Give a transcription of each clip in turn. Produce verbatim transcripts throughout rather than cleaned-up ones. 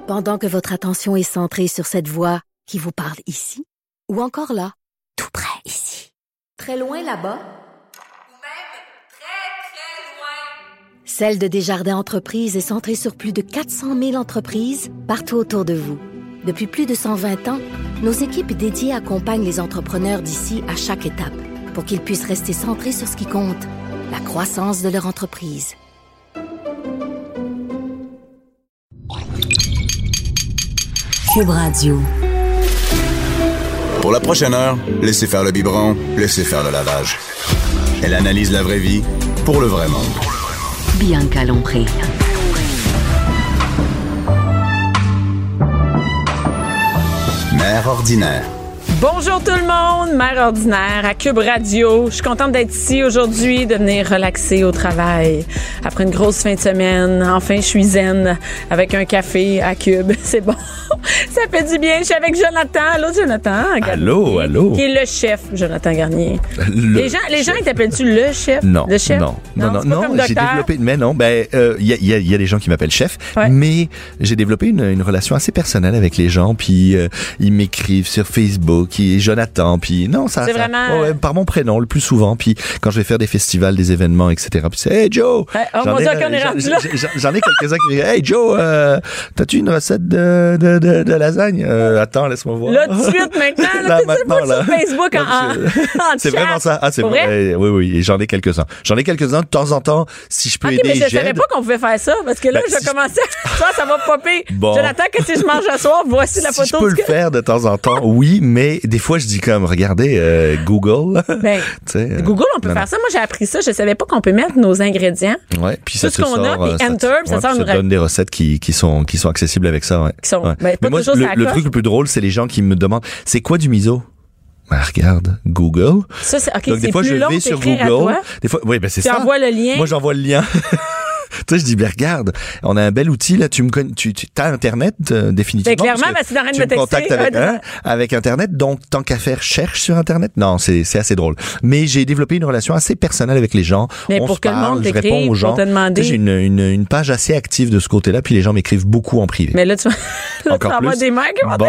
Pendant que votre attention est centrée sur cette voix qui vous parle ici, ou encore là, tout près ici, très loin là-bas, ou même très, très loin, Celle de Desjardins Entreprises est centrée sur plus de quatre cent mille entreprises partout autour de vous. Depuis plus de cent vingt ans, nos équipes dédiées accompagnent les entrepreneurs d'ici à chaque étape pour qu'ils puissent rester centrés sur ce qui compte, la croissance de leur entreprise. Cube Radio. Pour la prochaine heure, laissez faire le biberon, laissez faire le lavage. Elle analyse la vraie vie pour le vrai monde. Bianca Lompré. Mère ordinaire. Bonjour tout le monde, Mère ordinaire à Cube Radio. Je suis contente d'être ici aujourd'hui, de venir relaxer au travail. Après une grosse fin de semaine, enfin je suis zen avec un café à Cube. C'est bon, ça fait du bien. Je suis avec Jonathan. Allô Jonathan Garnier. Allô, allô. Qui est le chef, Jonathan Garnier. Le les gens, les gens, ils t'appellent-tu le chef? Non, le chef? non, non, non, non, non j'ai développé, mais non, ben, il euh, y, a, y, a, y a des gens qui m'appellent chef, ouais. mais j'ai développé une, une relation assez personnelle avec les gens, puis euh, ils m'écrivent sur Facebook, qui est Jonathan, puis non, ça, c'est ça vraiment... ouais, par mon prénom le plus souvent, puis quand je vais faire des festivals, des événements, et cetera. Puis c'est Hey Joe, hey, oh mon Dieu, qu'on est rendu là. J'en, j'en ai quelques-uns qui me disent Hey Joe, euh, t'as-tu une recette de de de, de lasagne? Euh, attends, laisse-moi voir. Là, tout de suite, maintenant, là, là maintenant, là. Sur Facebook, en, en, en c'est chat. vraiment ça. Ah, c'est vrai? vrai? Oui, oui, et j'en ai quelques-uns. J'en ai quelques-uns de temps en temps, si je peux okay, aider, mais je j'aide. savais pas qu'on pouvait faire ça, parce que là, ben, je si commençais, ça, ça va popper. Bon. Jonathan, que si je mange à soir, voici la si photo. Je peux le faire de temps en temps, oui, mais des fois, je dis comme, regardez, euh, Google. Ben, euh, Google, on peut non, faire non. ça. Moi, j'ai appris ça. Je savais pas qu'on peut mettre nos ingrédients. Ouais, puis ça tout te ce qu'on sort, a, puis enter, ça, ça, ouais, sort ça une te donne des recettes qui, qui sont, qui sont accessibles avec ça, ouais. Qui sont, ouais. ben, mais moi, le, le truc le plus drôle, c'est les gens qui me demandent, c'est quoi du miso? Ben, regarde, Google. Ça, c'est, OK, donc, c'est des fois, plus je long vais sur Google. Des fois, oui, ben, c'est tu ça. Tu envoies le lien. Moi, j'envoie le lien. Tu sais, je dis, ben regarde, on a un bel outil, là, tu me connais, tu, tu as Internet, euh, définitivement. Ben, clairement, parce que ben, tu me contactes avec, hein, avec Internet, donc, tant qu'à faire, cherche sur Internet. Non, c'est, c'est assez drôle. Mais j'ai développé une relation assez personnelle avec les gens. Mais on pour se que parle, le monde je réponds aux gens. Te demander... J'ai une, une, une page assez active de ce côté-là, puis les gens m'écrivent beaucoup en privé. Mais là, tu, là, Encore tu envoies des mails. Bon.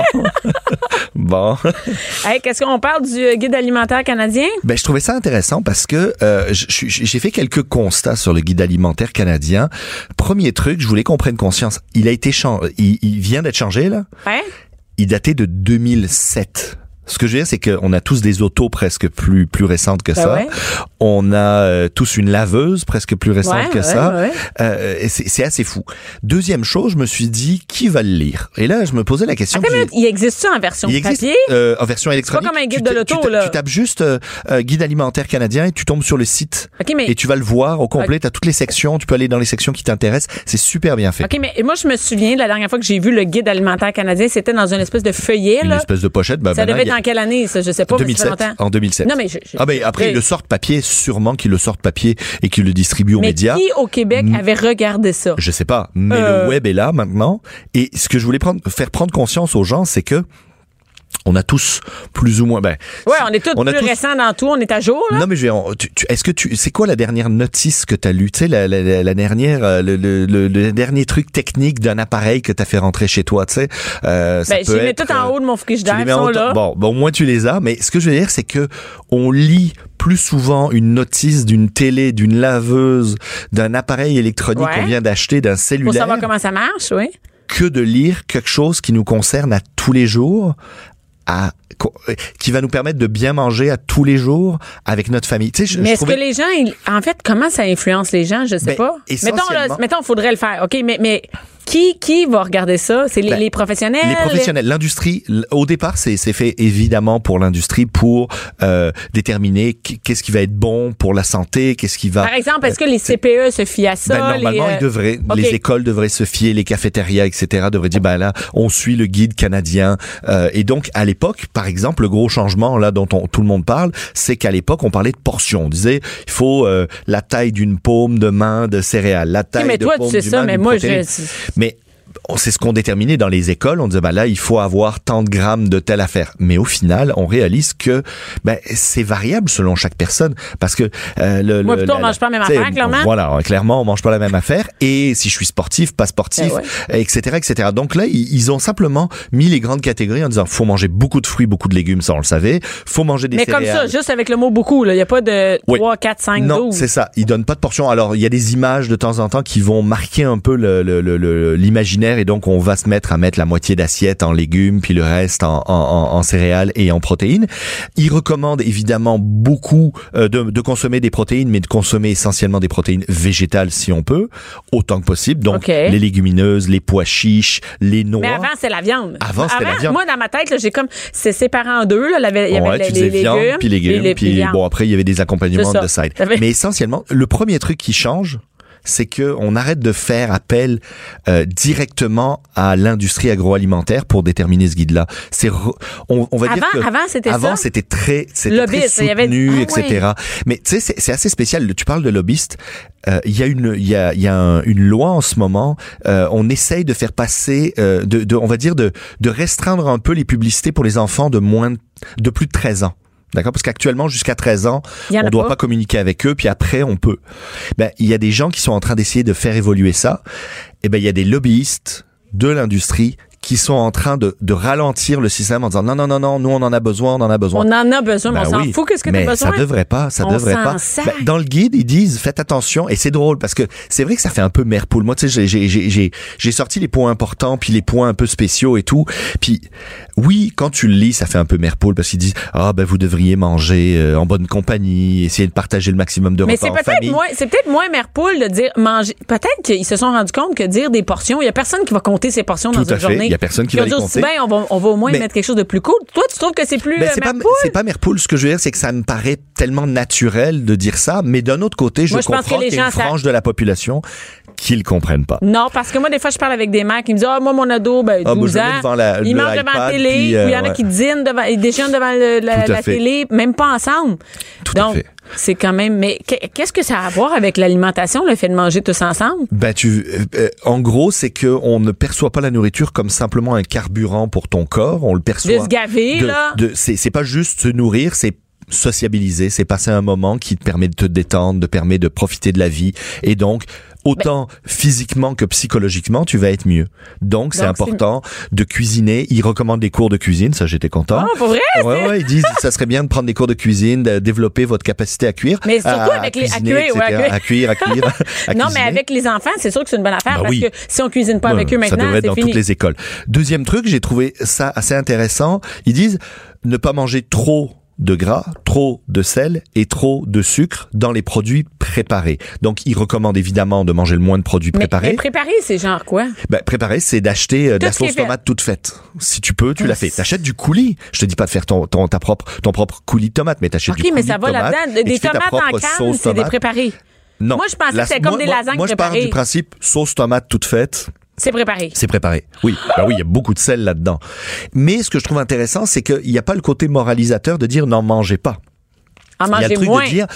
bon. Hey, qu'est-ce qu'on parle du guide alimentaire canadien? Ben, je trouvais ça intéressant parce que, euh, j'ai fait quelques constats sur le guide alimentaire canadien. Premier truc, je voulais qu'on prenne conscience. Il a été changé, il, il vient d'être changé, là. Ouais. Il datait de deux mille sept. Ce que je veux dire, c'est qu'on a tous des autos presque plus plus récentes que ben ça. Ouais. On a euh, tous une laveuse presque plus récente ouais, que ouais, ça. Ouais. Euh, et c'est, c'est assez fou. Deuxième chose, je me suis dit, qui va le lire? Et là, je me posais la question. Attends, il existe-tu en version il existe, papier? Euh, en version électronique. C'est pas comme un guide tu de l'auto, tu là. Tu tapes juste euh, euh, guide alimentaire canadien et tu tombes sur le site. Okay, mais... Et tu vas le voir au complet. Okay. Tu as toutes les sections. Tu peux aller dans les sections qui t'intéressent. C'est super bien fait. OK, mais moi, je me souviens, la dernière fois que j'ai vu le guide alimentaire canadien, c'était dans une espèce de feuillet, là. Une espèce de pochette. Ben, ça ben, devait là, être en quelle année, ça? Je sais pas, deux mille sept, en deux mille sept. Non, mais je, je, ah ben après, je, ils le sortent papier, sûrement qu'ils le sortent papier et qu'ils le distribuent aux mais médias. Mais qui au Québec M- avait regardé ça? Je sais pas, mais euh... le web est là maintenant. Et ce que je voulais prendre, faire prendre conscience aux gens, c'est que on a tous plus ou moins. Ben, ouais, on est tous on plus tous... récents dans tout. On est à jour. Là. Non, mais je vais. On, tu, tu, est-ce que tu. C'est quoi la dernière notice que tu as lue? Tu sais, la, la, la, la dernière, le, le, le, le dernier truc technique d'un appareil que tu as fait rentrer chez toi. Tu sais, euh, ça ben, peut je les mets être, tout en haut de mon frigidaire. Ils sont là. Bon, bon, au moins tu les as. Mais ce que je veux dire, c'est que on lit plus souvent une notice d'une télé, d'une laveuse, d'un appareil électronique ouais. qu'on vient d'acheter, d'un cellulaire. Pour savoir comment ça marche, oui. Que de lire quelque chose qui nous concerne à tous les jours. À, qui va nous permettre de bien manger à tous les jours avec notre famille. Tu sais, je, mais je est-ce trouvais... que les gens, ils, en fait, comment ça influence les gens? Je sais ben, pas. Essentiellement... Mettons, là, mettons, faudrait le faire. OK, mais, mais qui, qui va regarder ça? C'est les, ben, les professionnels? Les professionnels. Les... L'industrie, au départ, c'est, c'est fait évidemment pour l'industrie pour euh, déterminer qu'est-ce qui va être bon pour la santé, qu'est-ce qui va... Par exemple, est-ce que les C P E se fient à ça? Ben, normalement, les, ils devraient. Okay. Les écoles devraient se fier, les cafétérias, et cetera devraient dire, ben là, on suit le guide canadien. Euh, et donc, à l'époque, par exemple, le gros changement là dont on, tout le monde parle, c'est qu'à l'époque, on parlait de portions. On disait, il faut euh, la taille d'une paume de main de céréales, la taille oui, mais de toi, paume tu sais d'une ça, main mais d'une moi, protéine. je... Mais c'est ce qu'on déterminait dans les écoles. On disait, ben là, il faut avoir tant de grammes de telle affaire. Mais au final, on réalise que ben c'est variable selon chaque personne, parce que euh, le, moi le, plutôt la, on mange pas la même affaire, clairement. Voilà, clairement, on mange pas la même affaire. Et si je suis sportif, pas sportif, ben ouais. et cetera, et cetera. Donc là, ils, ils ont simplement mis les grandes catégories en disant, faut manger beaucoup de fruits, beaucoup de légumes, ça on le savait. Faut manger des mais céréales. Mais comme ça, juste avec le mot beaucoup, là, il y a pas de oui. trois, quatre, cinq, douze. Non, c'est ça. Ils donnent pas de portions. Alors il y a des images de temps en temps qui vont marquer un peu le, le, le, le, l'imaginaire, et donc on va se mettre à mettre la moitié d'assiette en légumes, puis le reste en, en, en, en céréales et en protéines. Ils recommandent évidemment beaucoup euh, de, de consommer des protéines, mais de consommer essentiellement des protéines végétales si on peut, autant que possible. Donc okay. les légumineuses, les pois chiches, les noix. Mais avant c'est la viande. Avant c'était avant, la viande. Moi dans ma tête là, j'ai comme c'est séparé en deux là, il y avait ouais, les, tu les, les légumes, viande, puis légumes, puis, puis, puis bon après il y avait des accompagnements de side. Mais essentiellement, le premier truc qui change, c'est que on arrête de faire appel euh, directement à l'industrie agroalimentaire pour déterminer ce guide-là. C'est re, on, on va avant, dire que avant c'était avant ça? c'était très c'était lobbyiste, très soutenu, avait... ah, et cetera. Ouais. Mais tu sais c'est, c'est assez spécial. Tu parles de lobbyiste. Il euh, y a une il y a il y a un, une loi en ce moment. Euh, on essaye de faire passer euh, de, de on va dire de de restreindre un peu les publicités pour les enfants de moins de, de plus de treize ans. D'accord? Parce qu'actuellement, jusqu'à treize ans, on ne doit pas. pas communiquer avec eux, puis après, on peut. Ben, il y a des gens qui sont en train d'essayer de faire évoluer ça. Et ben, il y a des lobbyistes de l'industrie qui sont en train de, de ralentir le système en disant non, non, non, non, nous, on en a besoin, on en a besoin. On en a besoin, ben mais on oui, s'en fout, qu'est-ce que mais t'as besoin? Ça devrait pas, ça on devrait pas. Ben, dans le guide, ils disent, faites attention, et c'est drôle, parce que c'est vrai que ça fait un peu mère poule. Moi, tu sais, j'ai, j'ai, j'ai, j'ai sorti les points importants, puis les points un peu spéciaux et tout. Puis, oui, quand tu le lis, ça fait un peu mère poule, parce qu'ils disent, ah, ben, vous devriez manger euh, en bonne compagnie, essayer de partager le maximum de mais repas en famille. Mais c'est peut-être moins, c'est peut-être moins mère poule de dire manger. Peut-être qu'ils se sont rendus compte que dire des portions, il y a personne qui va compter ses portions tout dans une fait. journée. Il y a personne qui va les compter. Ben, on va, on va au moins mais, mettre quelque chose de plus cool. Toi, tu trouves que c'est plus ben, euh, c'est mère pas, poule? C'est pas mère poule. Ce que je veux dire, c'est que ça me paraît tellement naturel de dire ça, mais d'un autre côté, je, moi, je comprends qu'il y a une frange ça... de la population qui le comprennent pas. Non, parce que moi, des fois, je parle avec des mères qui me disent, ah, oh, moi, mon ado, ben, douze ah, ans, la, il mange devant la télé, puis, euh, ou il y en a ouais. qui dînent devant, ils déjeunent devant le, la, la télé, même pas ensemble. Tout Donc, à fait. C'est quand même, mais qu'est-ce que ça a à voir avec l'alimentation, le fait de manger tous ensemble? Ben tu, euh, en gros, c'est que on ne perçoit pas la nourriture comme simplement un carburant pour ton corps. On le perçoit. De se gaver, de, là. De, c'est, c'est pas juste se nourrir, c'est sociabiliser, c'est passer un moment qui te permet de te détendre, de permet de profiter de la vie, et donc autant ben, physiquement que psychologiquement, tu vas être mieux. Donc, donc c'est important c'est... de cuisiner. Ils recommandent des cours de cuisine, ça j'étais content. Ah, pour vrai? Ouais, ouais, ils disent ça serait bien de prendre des cours de cuisine, de développer votre capacité à cuire. Mais surtout à, avec à les cuisiner, à cuire, ouais, à cuire, à cuire. À non, cuisiner. mais avec les enfants, c'est sûr que c'est une bonne affaire ben parce oui. que si on cuisine pas ben, avec eux maintenant, ça devrait être c'est dans fini. toutes les écoles. Deuxième truc, j'ai trouvé ça assez intéressant. Ils disent ne pas manger trop de gras, trop de sel et trop de sucre dans les produits préparés. Donc, ils recommandent évidemment de manger le moins de produits mais, préparés. Mais préparer, c'est genre quoi? Ben, préparer, c'est d'acheter euh, de la sauce tomate toute faite. Si tu peux, tu oh, la fais. T'achètes du coulis. Je te dis pas de faire ton, ton, ta propre, ton propre coulis de tomate, mais t'achètes okay, du coulis de tomate. OK, mais ça va là-dedans. Des tomates en canne, c'est des préparés. Non. Moi, je pensais la, que c'était comme moi, des lasagnes moi, préparées. Moi, je pars du principe sauce tomate toute faite. C'est préparé. C'est préparé. Oui. Ben oui, il y a beaucoup de sel là-dedans. Mais ce que je trouve intéressant, c'est qu'il n'y a pas le côté moralisateur de dire n'en mangez pas. En mangez il y a le truc moins. de dire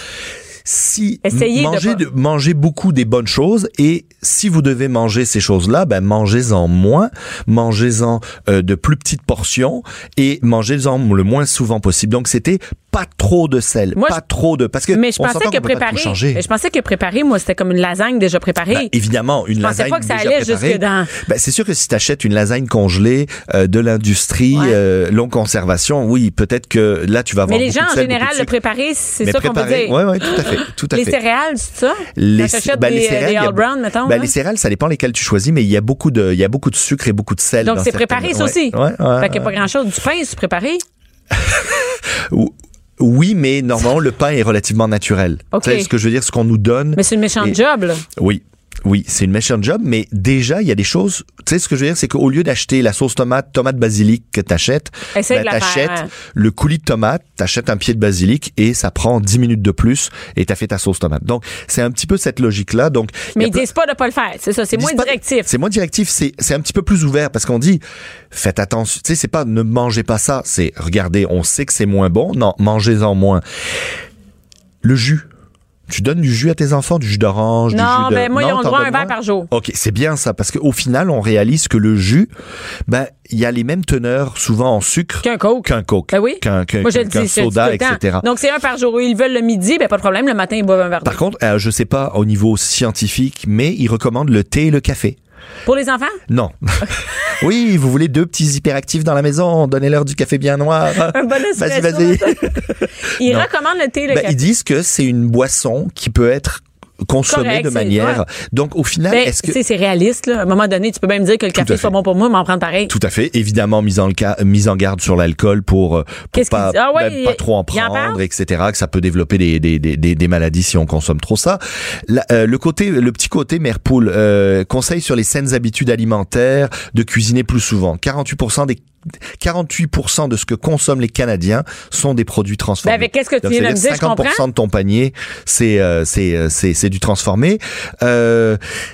si Essayez mangez, de de, mangez beaucoup des bonnes choses et si vous devez manger ces choses-là, ben mangez-en moins, mangez-en euh, de plus petites portions et mangez-en le moins souvent possible. Donc c'était pas trop de sel, moi, pas je, trop de parce que mais je on pensais que préparer, mais je pensais que préparer, moi c'était comme une lasagne déjà préparée. Ben, évidemment, une je lasagne pensais pas que ça déjà allait préparée. Jusque dans... Ben, c'est sûr que si tu achètes une lasagne congelée euh, de l'industrie, ouais. euh, longue conservation, oui, peut-être que là tu vas avoir. Mais les gens de en sel, général le préparer, c'est mais ça qu'on peut dire. Oui, oui, tout à fait, tout à les fait. Céréales, c'est ça? Les, ben, les des, céréales, des All Brown, mettons. Ben, hein? les céréales, ça dépend lesquelles tu choisis, mais il y a beaucoup de, il y a beaucoup de sucre et beaucoup de sel. Donc dans c'est certaines... préparé, ça ouais, aussi. Ouais, ouais, fait qu'il n'y a pas grand-chose. Du pain, c'est préparé. Oui, mais normalement, le pain est relativement naturel. Okay. Tu sais, ce que je veux dire, ce qu'on nous donne. Mais c'est une méchante et... job, là. Oui. Oui, c'est une méchante job, mais déjà, il y a des choses... Tu sais, ce que je veux dire, c'est qu'au lieu d'acheter la sauce tomate, tomate basilic que t'achètes, ben, t'achètes faire, ouais. le coulis de tomate, t'achètes un pied de basilic et ça prend dix minutes de plus et t'as fait ta sauce tomate. Donc, c'est un petit peu cette logique-là. Donc, mais ils disent pas de pas le faire, c'est ça, c'est moins directif. C'est moins directif, c'est, c'est un petit peu plus ouvert parce qu'on dit, faites attention, tu sais, c'est pas ne mangez pas ça, c'est regardez, on sait que c'est moins bon, non, mangez-en moins. Le jus. Tu donnes du jus à tes enfants, du jus d'orange, non, du jus de... Ben, moi, non, ils ont le t'en droit à un donnes verre moins? par jour. OK, c'est bien ça, parce qu'au final, on réalise que le jus, ben, il y a les mêmes teneurs, souvent en sucre, Qu'un Coke. qu'un Coke, Ben oui. qu'un, qu'un, Moi, je le qu'un dis, je le dis soda, tout le temps. et cetera. Donc, c'est un par jour. Ils veulent le midi, ben pas de problème. Le matin, ils boivent un verre d'eau. Par contre, euh, je sais pas au niveau scientifique, mais ils recommandent le thé et le café. Pour les enfants? Non. Oui, vous voulez deux petits hyperactifs dans la maison, donnez-leur du café bien noir. Un bon espresso. Vas-y, vas-y. Ils Non. recommandent le thé et le Ben, café. ils disent que c'est une boisson qui peut être consommée Correct, de c'est- manière. ouais. Donc, au final, Ben, est-ce que... tu sais, c'est réaliste, là. À un moment donné, tu peux même dire que le Tout à café, c'est pas fait. bon pour moi, mais en prendre pareil. Tout à fait. Évidemment, mise en, ca- mise en garde sur l'alcool pour, euh, pour Qu'est-ce pas, qu'il dit? Ah ouais, ben, pas trop en il en prendre, parle? et cetera. Que ça peut développer des, des, des, des, des maladies si on consomme trop ça. La- euh, le côté, le petit côté mère poule, euh, conseil sur les saines habitudes alimentaires, de cuisiner plus souvent. quarante-huit pour cent des quarante-huit pour cent de ce que consomment les Canadiens sont des produits transformés. Ben, avec qu'est-ce que tu Donc, viens de me c'est-à-dire dire, je cinquante pour cent de ton panier, c'est euh, c'est euh, c'est c'est du transformé. Euh,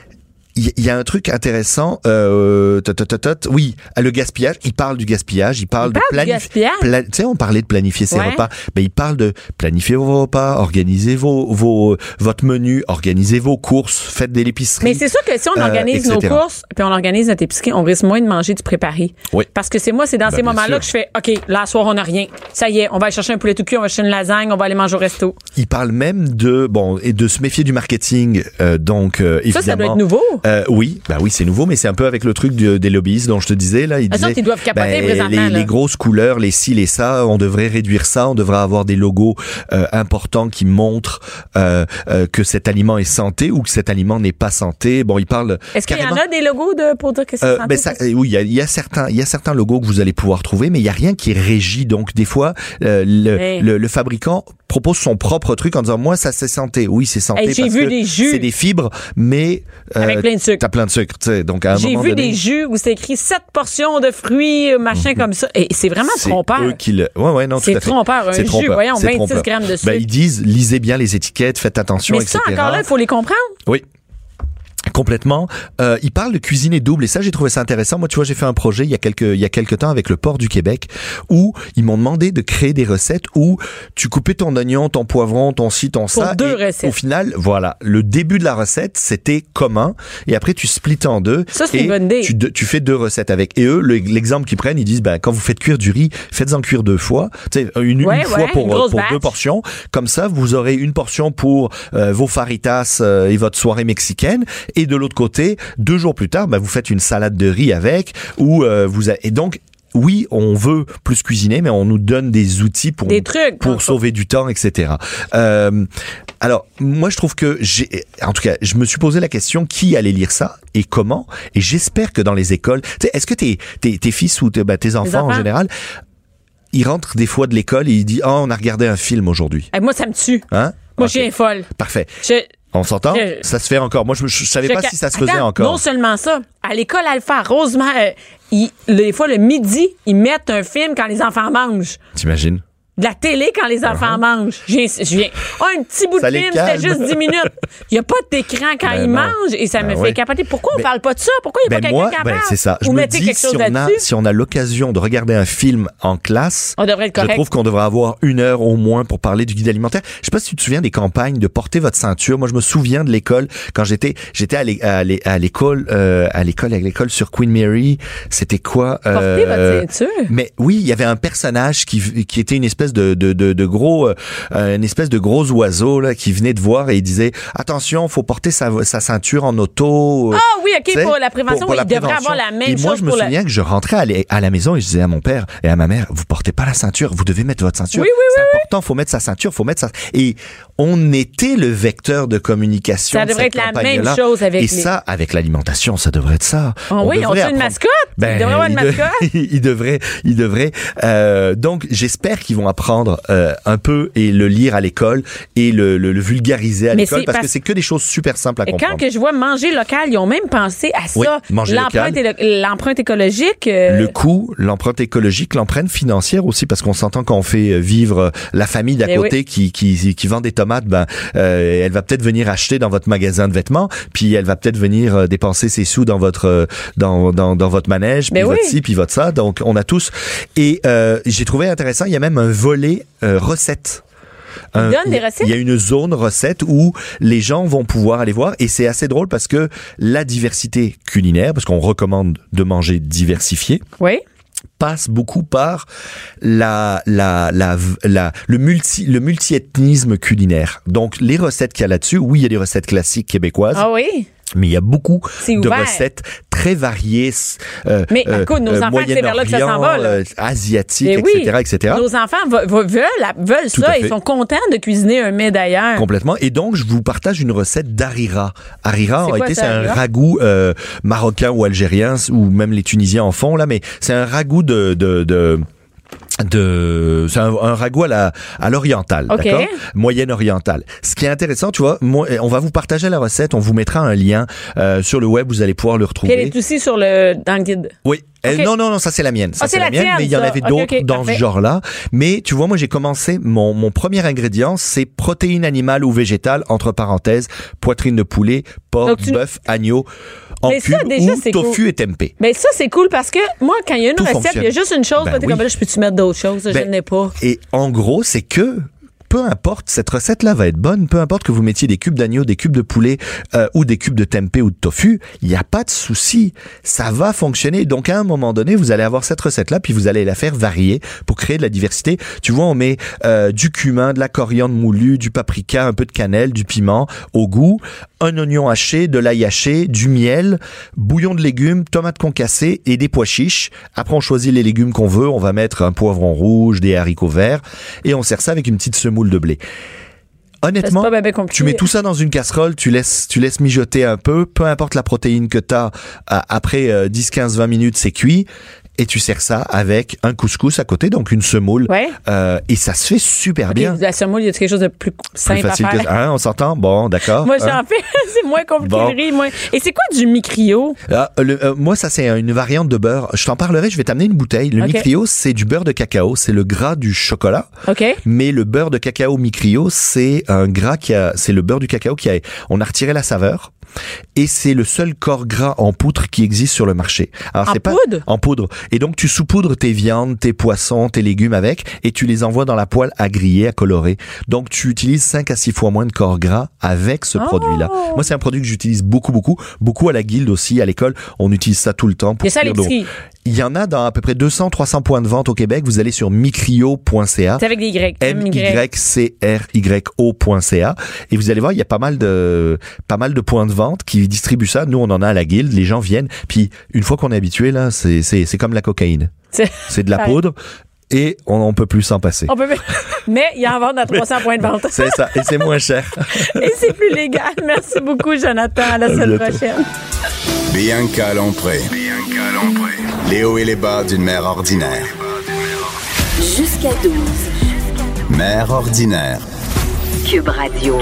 il y, y a un truc intéressant, euh, tot, tot, tot, tot, oui, le gaspillage. Il parle du gaspillage, il parle Il de parle du planifier. gaspillage? Pla- tu sais, on parlait de planifier ses Ouais. repas. Ben, il parle de planifier vos repas, organiser vos, vos, votre menu, organiser vos courses, faites de l'épicerie. Mais c'est sûr que si on euh, organise et nos cetera. courses, puis on organise notre épicerie, on risque moins de manger du préparé. Oui. Parce que c'est moi, c'est dans Ben, ces bien moments-là sûr. que je fais, OK, là, ce soir, on n'a rien. Ça y est, on va aller chercher un poulet tout cuit, on va chercher une lasagne, on va aller manger au resto. Il parle même de bon et de se méfier du marketing. Euh, donc euh, évidemment. Ça, ça doit être nouveau. Euh, oui, bah oui, c'est nouveau, mais c'est un peu avec le truc de- des lobbyistes dont je te disais là. Ils Ah, ça, disaient, ils doivent capoter ben, présentement, les, là. les grosses couleurs, les ci, les ça, on devrait réduire ça. On devrait avoir des logos euh, importants qui montrent euh, euh, que cet aliment est santé ou que cet aliment n'est pas santé. Bon, il parle. Est-ce qu'il y en carrément- a des logos de, pour dire que c'est Euh, santé? ben ça, euh, oui, il y a, il y a certains, il y a certains logos que vous allez pouvoir trouver, mais il y a rien qui régit. Donc des fois, euh, le, Hey. le, le fabricant propose son propre truc en disant moi ça c'est santé. Oui, c'est santé Hey, j'ai parce vu que des jus. c'est des fibres, mais euh, Avec plein de sucre. T'as plein de sucre, tu sais. Donc à un J'ai moment vu donné, des jus où c'est écrit sept portions de fruits, euh, machin comme ça. Et c'est vraiment c'est trompeur. eux qui le. Ouais, ouais, non, tout C'est à fait. trompeur. Un C'est jus, trompeur. voyons, C'est vingt-six trompeur. grammes de sucre. Ben, ils disent lisez bien les étiquettes, faites attention, Mais ça, et cetera. encore là, il faut les comprendre. Oui. Complètement. Euh, il parle de cuisiner double et ça j'ai trouvé ça intéressant. Moi tu vois j'ai fait un projet il y a quelques il y a quelques temps avec le Port du Québec où ils m'ont demandé de créer des recettes où tu coupais ton oignon, ton poivron, ton ci, ton ça. deux et recettes. Au final voilà le début de la recette c'était commun et après tu splits en deux. Ça, c'est et une bonne idée. Tu, tu fais deux recettes avec et eux le- l'exemple qu'ils prennent ils disent ben quand vous faites cuire du riz faites-en cuire deux fois. Tu sais une, Ouais, une fois ouais, pour une grosse pour batch. deux portions comme ça vous aurez une portion pour euh, vos faritas euh, et votre soirée mexicaine et de l'autre côté deux jours plus tard, ben, vous faites une salade de riz avec, ou euh, vous a... et donc oui, on veut plus cuisiner, mais on nous donne des outils pour Des trucs, pour dans le sauver du temps, et cetera. Euh, alors moi, je trouve que j'ai, en tout cas, je me suis posé la question qui allait lire ça et comment, et j'espère que dans les écoles, tu sais, est-ce que tes tes, tes fils ou tes, ben, tes enfants, enfants. en général, ils rentrent des fois de l'école et ils disent, oh, on a regardé un film aujourd'hui, Eh, moi, ça me tue. hein? Moi, Ok. je suis folle. Parfait. Je, On s'entend? Je- Ça se fait encore. Moi, je, je, je savais je pas ca- si ça se faisait Attends, encore. Non seulement ça. À l'école Alpha, Rosemère, euh, ils- des fois, le midi, ils mettent un film quand les enfants mangent. T'imagines? De la télé quand les enfants mangent. Je viens, je viens. Oh, un petit bout Uh-huh. Ça de les film, c'était calme. juste dix minutes. Il n'y a pas d'écran quand Ben ils non. mangent et ça Ben me ouais. fait capoter. Pourquoi on Ben- parle pas de ça? Pourquoi il n'y a Ben pas moi, quelqu'un qui en ben parle? c'est ça. Je Ou me mettez dis quelque chose si on a là-dessus? si on a l'occasion de regarder un film en classe, On devrait être je correct. trouve qu'on devrait avoir une heure au moins pour parler du guide alimentaire. Je sais pas si tu te souviens des campagnes de porter votre ceinture. Moi, je me souviens de l'école quand j'étais j'étais à l'é- à l'é- à l'école euh, à l'école à l'école sur Queen Mary. C'était quoi Portez euh, votre ceinture. Mais oui, il y avait un personnage qui qui était une espèce de de de, de gros euh, une espèce de gros oiseau là qui venait de voir et il disait attention, faut porter sa sa ceinture en auto. Ah oui, OK, Tu sais, pour la prévention, pour la il devrait prévention. avoir la même et chose moi, je me pour la- souviens que je rentrais à, la- à la maison et je disais à mon père et à ma mère, vous portez pas la ceinture, vous devez mettre votre ceinture. Oui, oui, c'est important, faut mettre sa ceinture, faut mettre sa... Et on était le vecteur de communication. Ça de devrait cette être la même campagne-là. chose avec Et les- ça, avec l'alimentation, ça devrait être ça. Ah oui, on devrait a une apprendre- mascotte? Ben, il devrait avoir une il de- mascotte? il devrait, il devrait. Euh, donc, j'espère qu'ils vont apprendre euh, un peu et le lire à l'école et le, le, le vulgariser à Mais l'école c'est parce, parce- que c'est que des choses super simples à Et comprendre. quand que je vois manger local, ils ont même pensé à ça. Oui, manger L'empreinte local. élo- l'empreinte écologique. euh, Le coût, l'empreinte écologique, l'empreinte financière aussi, parce qu'on s'entend quand on fait vivre la famille d'à Eh côté oui. qui, qui qui vend des tomates, ben euh, elle va peut-être venir acheter dans votre magasin de vêtements, puis elle va peut-être venir euh, dépenser ses sous dans votre euh, dans dans, dans votre manège, puis Ben votre oui. ci, puis votre ça. Donc on a tous. Et euh, j'ai trouvé intéressant, il y a même un volet euh, recette. un, donne des recettes? Il y a une zone recette où les gens vont pouvoir aller voir et c'est assez drôle parce que la diversité culinaire, parce qu'on recommande de manger diversifié. Oui. Passe beaucoup par la, la, la, la, le multi, le multi-ethnisme culinaire. Donc, les recettes qu'il y a là-dessus, oui, il y a des recettes classiques québécoises. Ah oui? Mais il y a beaucoup C'est de ouvert. recettes très variées. Euh, Mais écoute, nos euh, enfants, c'est vers là que ça s'en va, là. euh, asiatiques, Mais et cetera, oui, et cetera. Nos enfants ve- ve- veulent, veulent Tout à ça. fait. Ils sont contents de cuisiner un mets d'ailleurs. Complètement. Et donc, je vous partage une recette d'harira. Harira, C'est en quoi réalité, ça, c'est un harira? ragoût euh, marocain ou algérien, ou même les Tunisiens en font, là, mais c'est un ragoût de... de, de de c'est un, un ragoût à la à l'orientale, Okay. d'accord, moyenne orientale. Ce qui est intéressant, tu vois, moi, on va vous partager la recette, on vous mettra un lien euh, sur le web, vous allez pouvoir le Puis elle retrouver. est aussi sur le, dans le guide. Oui. Elle- Ok. non, non, non, ça c'est la mienne. Ça Ah, c'est c'est la la mienne, tienne, mais il y en ça. avait Ok, d'autres ok, dans parfait. ce genre-là. Mais tu vois, moi j'ai commencé, mon, mon premier ingrédient, c'est protéines animales ou végétales, entre parenthèses, poitrine de poulet, porc, Donc, tu- bœuf, agneau, en Mais ça, cube déjà, ou c'est tofu cool. et tempeh. Mais ça, c'est cool parce que moi, quand il y a une Tout recette, fonctionne. il y a juste une chose, Ben toi, t'es oui. comme là, je peux-tu mettre d'autres choses? je Ben, n'ai pas. Et en gros, c'est que peu importe, cette recette-là va être bonne, peu importe que vous mettiez des cubes d'agneau, des cubes de poulet euh, ou des cubes de tempeh ou de tofu, il n'y a pas de souci, ça va fonctionner. Donc à un moment donné, vous allez avoir cette recette-là, puis vous allez la faire varier pour créer de la diversité. Tu vois, on met euh, du cumin, de la coriandre moulue, du paprika, un peu de cannelle, du piment au goût, un oignon haché, de l'ail haché, du miel, bouillon de légumes, tomates concassées et des pois chiches. Après, on choisit les légumes qu'on veut, on va mettre un poivron rouge, des haricots verts et on sert ça avec une petite semoule de blé. Honnêtement, C'est pas ben ben compliqué. tu mets tout ça dans une casserole, tu laisses, tu laisses mijoter un peu, peu importe la protéine que tu as, après euh, dix, quinze, vingt minutes, c'est cuit. Et tu sers ça avec un couscous à côté, donc une semoule. Ouais. Euh, et ça se fait super Ok, bien. la semoule, il y a quelque chose de plus Plus simple facile à que faire. ça. Hein, on s'entend? Bon, d'accord. Moi, Hein? j'en fais, c'est moins compliqué Bon. le riz, moins. Et c'est quoi du micrio? Ah, le, euh, moi, ça, c'est une variante de beurre. Je t'en parlerai, je vais t'amener une bouteille. Le Ok. micrio, c'est du beurre de cacao. C'est le gras du chocolat. OK? Mais le beurre de cacao micrio, c'est un gras qui a, c'est le beurre du cacao qui a, on a retiré la saveur. Et c'est le seul corps gras en poudre qui existe sur le marché. Alors, En c'est pas poudre? en poudre. Et donc tu saupoudres tes viandes, tes poissons, tes légumes avec, et tu les envoies dans la poêle à griller, à colorer. Donc tu utilises cinq à six fois moins de corps gras avec ce Oh! produit-là. Moi, c'est un produit que j'utilise beaucoup, beaucoup, beaucoup à la guilde aussi, à l'école. On utilise ça tout le temps pour Il y a ça à cuire nos- l'épicerie. Il y en a dans à peu près deux cents, trois cents points de vente au Québec. Vous allez sur micrio point c a. C'est avec des Y. M Y C R Y O point C A et vous allez voir, il y a pas mal de pas mal de points de vente qui distribuent ça. Nous, on en a à la guilde, les gens viennent, puis une fois qu'on est habitué là, c'est c'est c'est comme la cocaïne. C'est- C'est de la Ouais. poudre et on, on peut plus s'en passer. On peut... Mais il y en vend à trois cents points de vente. C'est ça, et c'est moins cher. Et c'est plus légal. Merci beaucoup, Jonathan. À la semaine bientôt. prochaine. Bianca Lompré. Les hauts et les bas d'une mère ordinaire. Jusqu'à douze. Mère ordinaire. Cube Radio.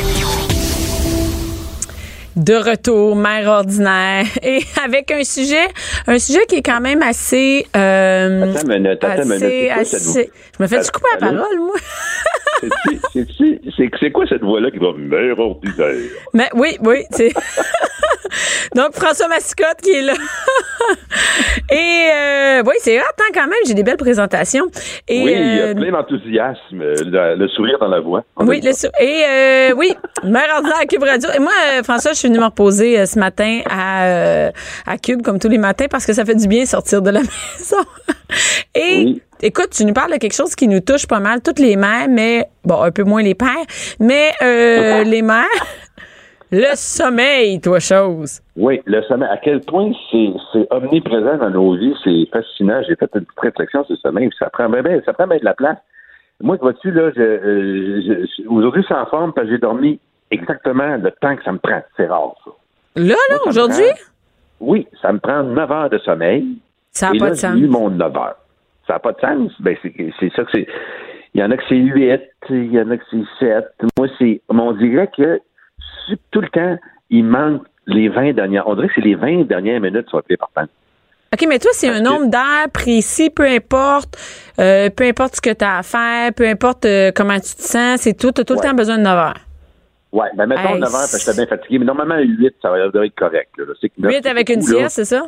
De retour, mère ordinaire, et avec un sujet, un sujet qui est quand même assez, euh, Attends une minute, attends une minute. assez, C'est quoi cette assez. Je me fais du couper la Allô? parole, moi. C'est- c'est- c'est- C'est c'est quoi cette voix-là qui va mère ordinaire? Mais oui, oui, c'est. Donc François Massicotte qui est là. Et euh, oui, c'est hot, hein, quand même. J'ai des belles présentations. Et, Oui, il y a euh, plein d'enthousiasme, euh, le, le sourire dans la voix. En Oui, même le temps. sou- et euh, oui, mère ordinaire à Cube Radio. Et moi, euh, François, je suis venue me reposer euh, ce matin à, euh, à Cube, comme tous les matins, parce que ça fait du bien sortir de la maison. Et Oui. écoute, tu nous parles de quelque chose qui nous touche pas mal, toutes les mères, mais bon, un peu moins les pères, mais euh, les mères, le sommeil, toi, chose. Oui, le sommeil, à quel point c'est c'est omniprésent dans nos vies, c'est fascinant. J'ai fait une petite réflexion sur le sommeil, puis ça prend bien, bien- ça prend bien de la place. Moi, vois-tu, là, je, euh, je- je- aujourd'hui, je suis en forme parce que j'ai dormi exactement le temps que ça me prend. C'est rare, ça. Là, là, Moi, ça me aujourd'hui, prend- Oui, ça me prend neuf heures de sommeil. ça n'a Et pas là, de j'ai sens. eu mon neuf heures. Ça n'a pas de sens. Ben, c'est, c'est ça que c'est. Il y en a que c'est huit, il y en a que c'est sept. Moi, c'est. Mais on dirait que sur- tout le temps, il manque les vingt dernières. On dirait que c'est les vingt dernières minutes qui sont les plus importantes. OK, mais toi, c'est un Parce que- nombre d'heures précis, peu importe, euh, peu importe ce que tu as à faire, peu importe euh, comment tu te sens, c'est tout, tu as tout Ouais. le temps besoin de neuf heures. Ouais, ben mettons Hey, neuf heures parce que j'étais bien fatigué. Mais normalement, huit, ça va devrait être correct. Là. Je sais que neuf, huit c'est avec une beaucoup, là. sieste, c'est ça?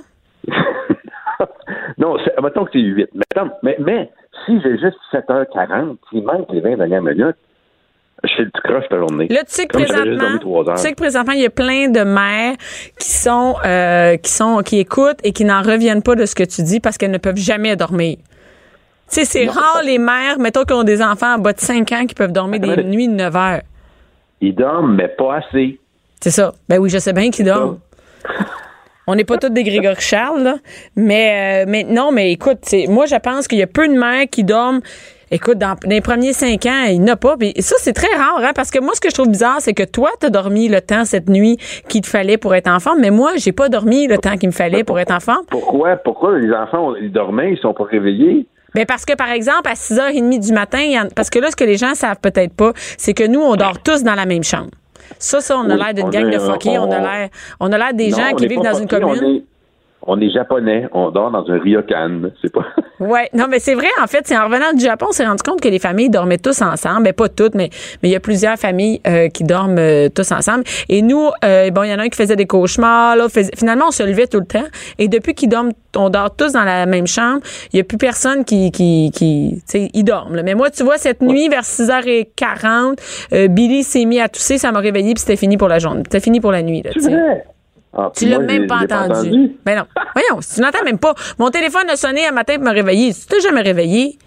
Non, c'est, mettons que c'est huit. Mettons, mais, mais si j'ai juste sept heures quarante, s'il manque les vingt dernières minutes, Je fais le tout croche la journée. Là, tu sais que Comme j'avais juste présentement, dormi trois heures. tu sais que présentement, il y a plein de mères qui sont, euh, qui sont, qui écoutent et qui n'en reviennent pas de ce que tu dis parce qu'elles ne peuvent jamais dormir. Tu sais, c'est Non, rare ça- les mères, mettons, qui ont des enfants en bas de cinq ans qui peuvent dormir des Ouais. nuits de neuf heures. Ils dorment, mais pas assez. C'est ça. Ben oui, je sais bien qu'ils dorment. On n'est pas tous des Grégory Charles, là. Mais, euh, mais non, mais écoute, c'est, moi, je pense qu'il y a peu de mères qui dorment. Écoute, dans, dans les premiers cinq ans, il n'y en a pas. Puis ça, c'est très rare, hein, parce que moi, ce que je trouve bizarre, c'est que toi, tu as dormi le temps cette nuit qu'il te fallait pour être en forme, mais moi, j'ai pas dormi le temps qu'il me fallait pour être en forme. Pourquoi? Pourquoi les enfants, ils dormaient, ils sont pas réveillés? Ben parce que, par exemple, à six heures trente du matin, il y en- parce que là, ce que les gens savent peut-être pas, c'est que nous, on dort tous dans la même chambre. Ça, ça, on a Oui, l'air d'une on gang est- de fuckés. On, on- a l'air, on a l'air des Non, gens on qui est vivent pas dans une fuckés, commune. On est, on est japonais, on dort dans un ryokan, c'est pas... Ouais, non, mais c'est vrai, en fait, c'est en revenant du Japon, on s'est rendu compte que les familles dormaient tous ensemble. Ben, pas toutes, mais mais il y a plusieurs familles euh, qui dorment euh, tous ensemble. Et nous, euh, bon, il y en a un qui faisait des cauchemars, là, faisait, finalement, on se levait tout le temps. Et depuis qu'ils dorment, on dort tous dans la même chambre, il y a plus personne qui, qui, qui tu sais, ils dorment, là. Mais moi, tu vois, cette nuit, vers six heures quarante, euh, Billy s'est mis à tousser, ça m'a réveillé, puis c'était fini pour la journée. C'était fini pour la nuit, là, tu C'est sais. vrai? Ah, Tu puis l'as moi, même je- pas je l'ai entendu. Ben non. Voyons, si tu n'entends même pas. Mon téléphone a sonné un matin pour me réveiller. Tu t'es jamais réveillé?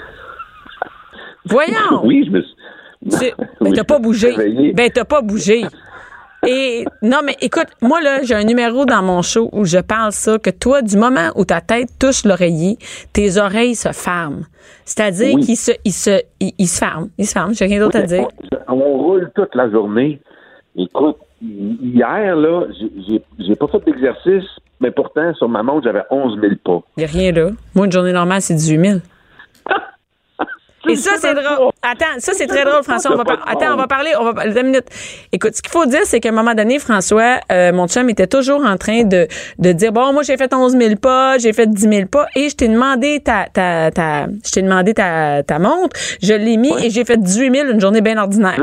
Voyons. Oui, je me suis... Tu- Oui, ben, t'as je pas me suis bougé. réveillé. Ben, t'as pas bougé. Et, non, mais écoute, moi, là, j'ai un numéro dans mon show où je parle ça, que toi, du moment où ta tête touche l'oreiller, tes oreilles se ferment. C'est-à-dire Oui. qu'ils se, ils se, ils, ils se ferment. Ils se ferment. J'ai rien d'autre à dire. On, on roule toute la journée. Écoute, hier, là, j'ai- j'ai j'ai pas fait d'exercice, mais pourtant, sur ma montre, j'avais onze mille pas. Il n'y a rien là. Moi, une journée normale, c'est dix-huit mille. Et ça, c'est drôle. Attends, ça, c'est très drôle, François. On va par- Attends, on va parler. On va parler. Deux minutes. Écoute, ce qu'il faut dire, c'est qu'à un moment donné, François, euh, mon chum était toujours en train de, de dire, bon, moi, j'ai fait onze mille pas, j'ai fait dix mille pas, et je t'ai demandé ta, ta, ta, je t'ai demandé ta, ta montre, je l'ai mis, et j'ai fait dix-huit mille une journée bien ordinaire.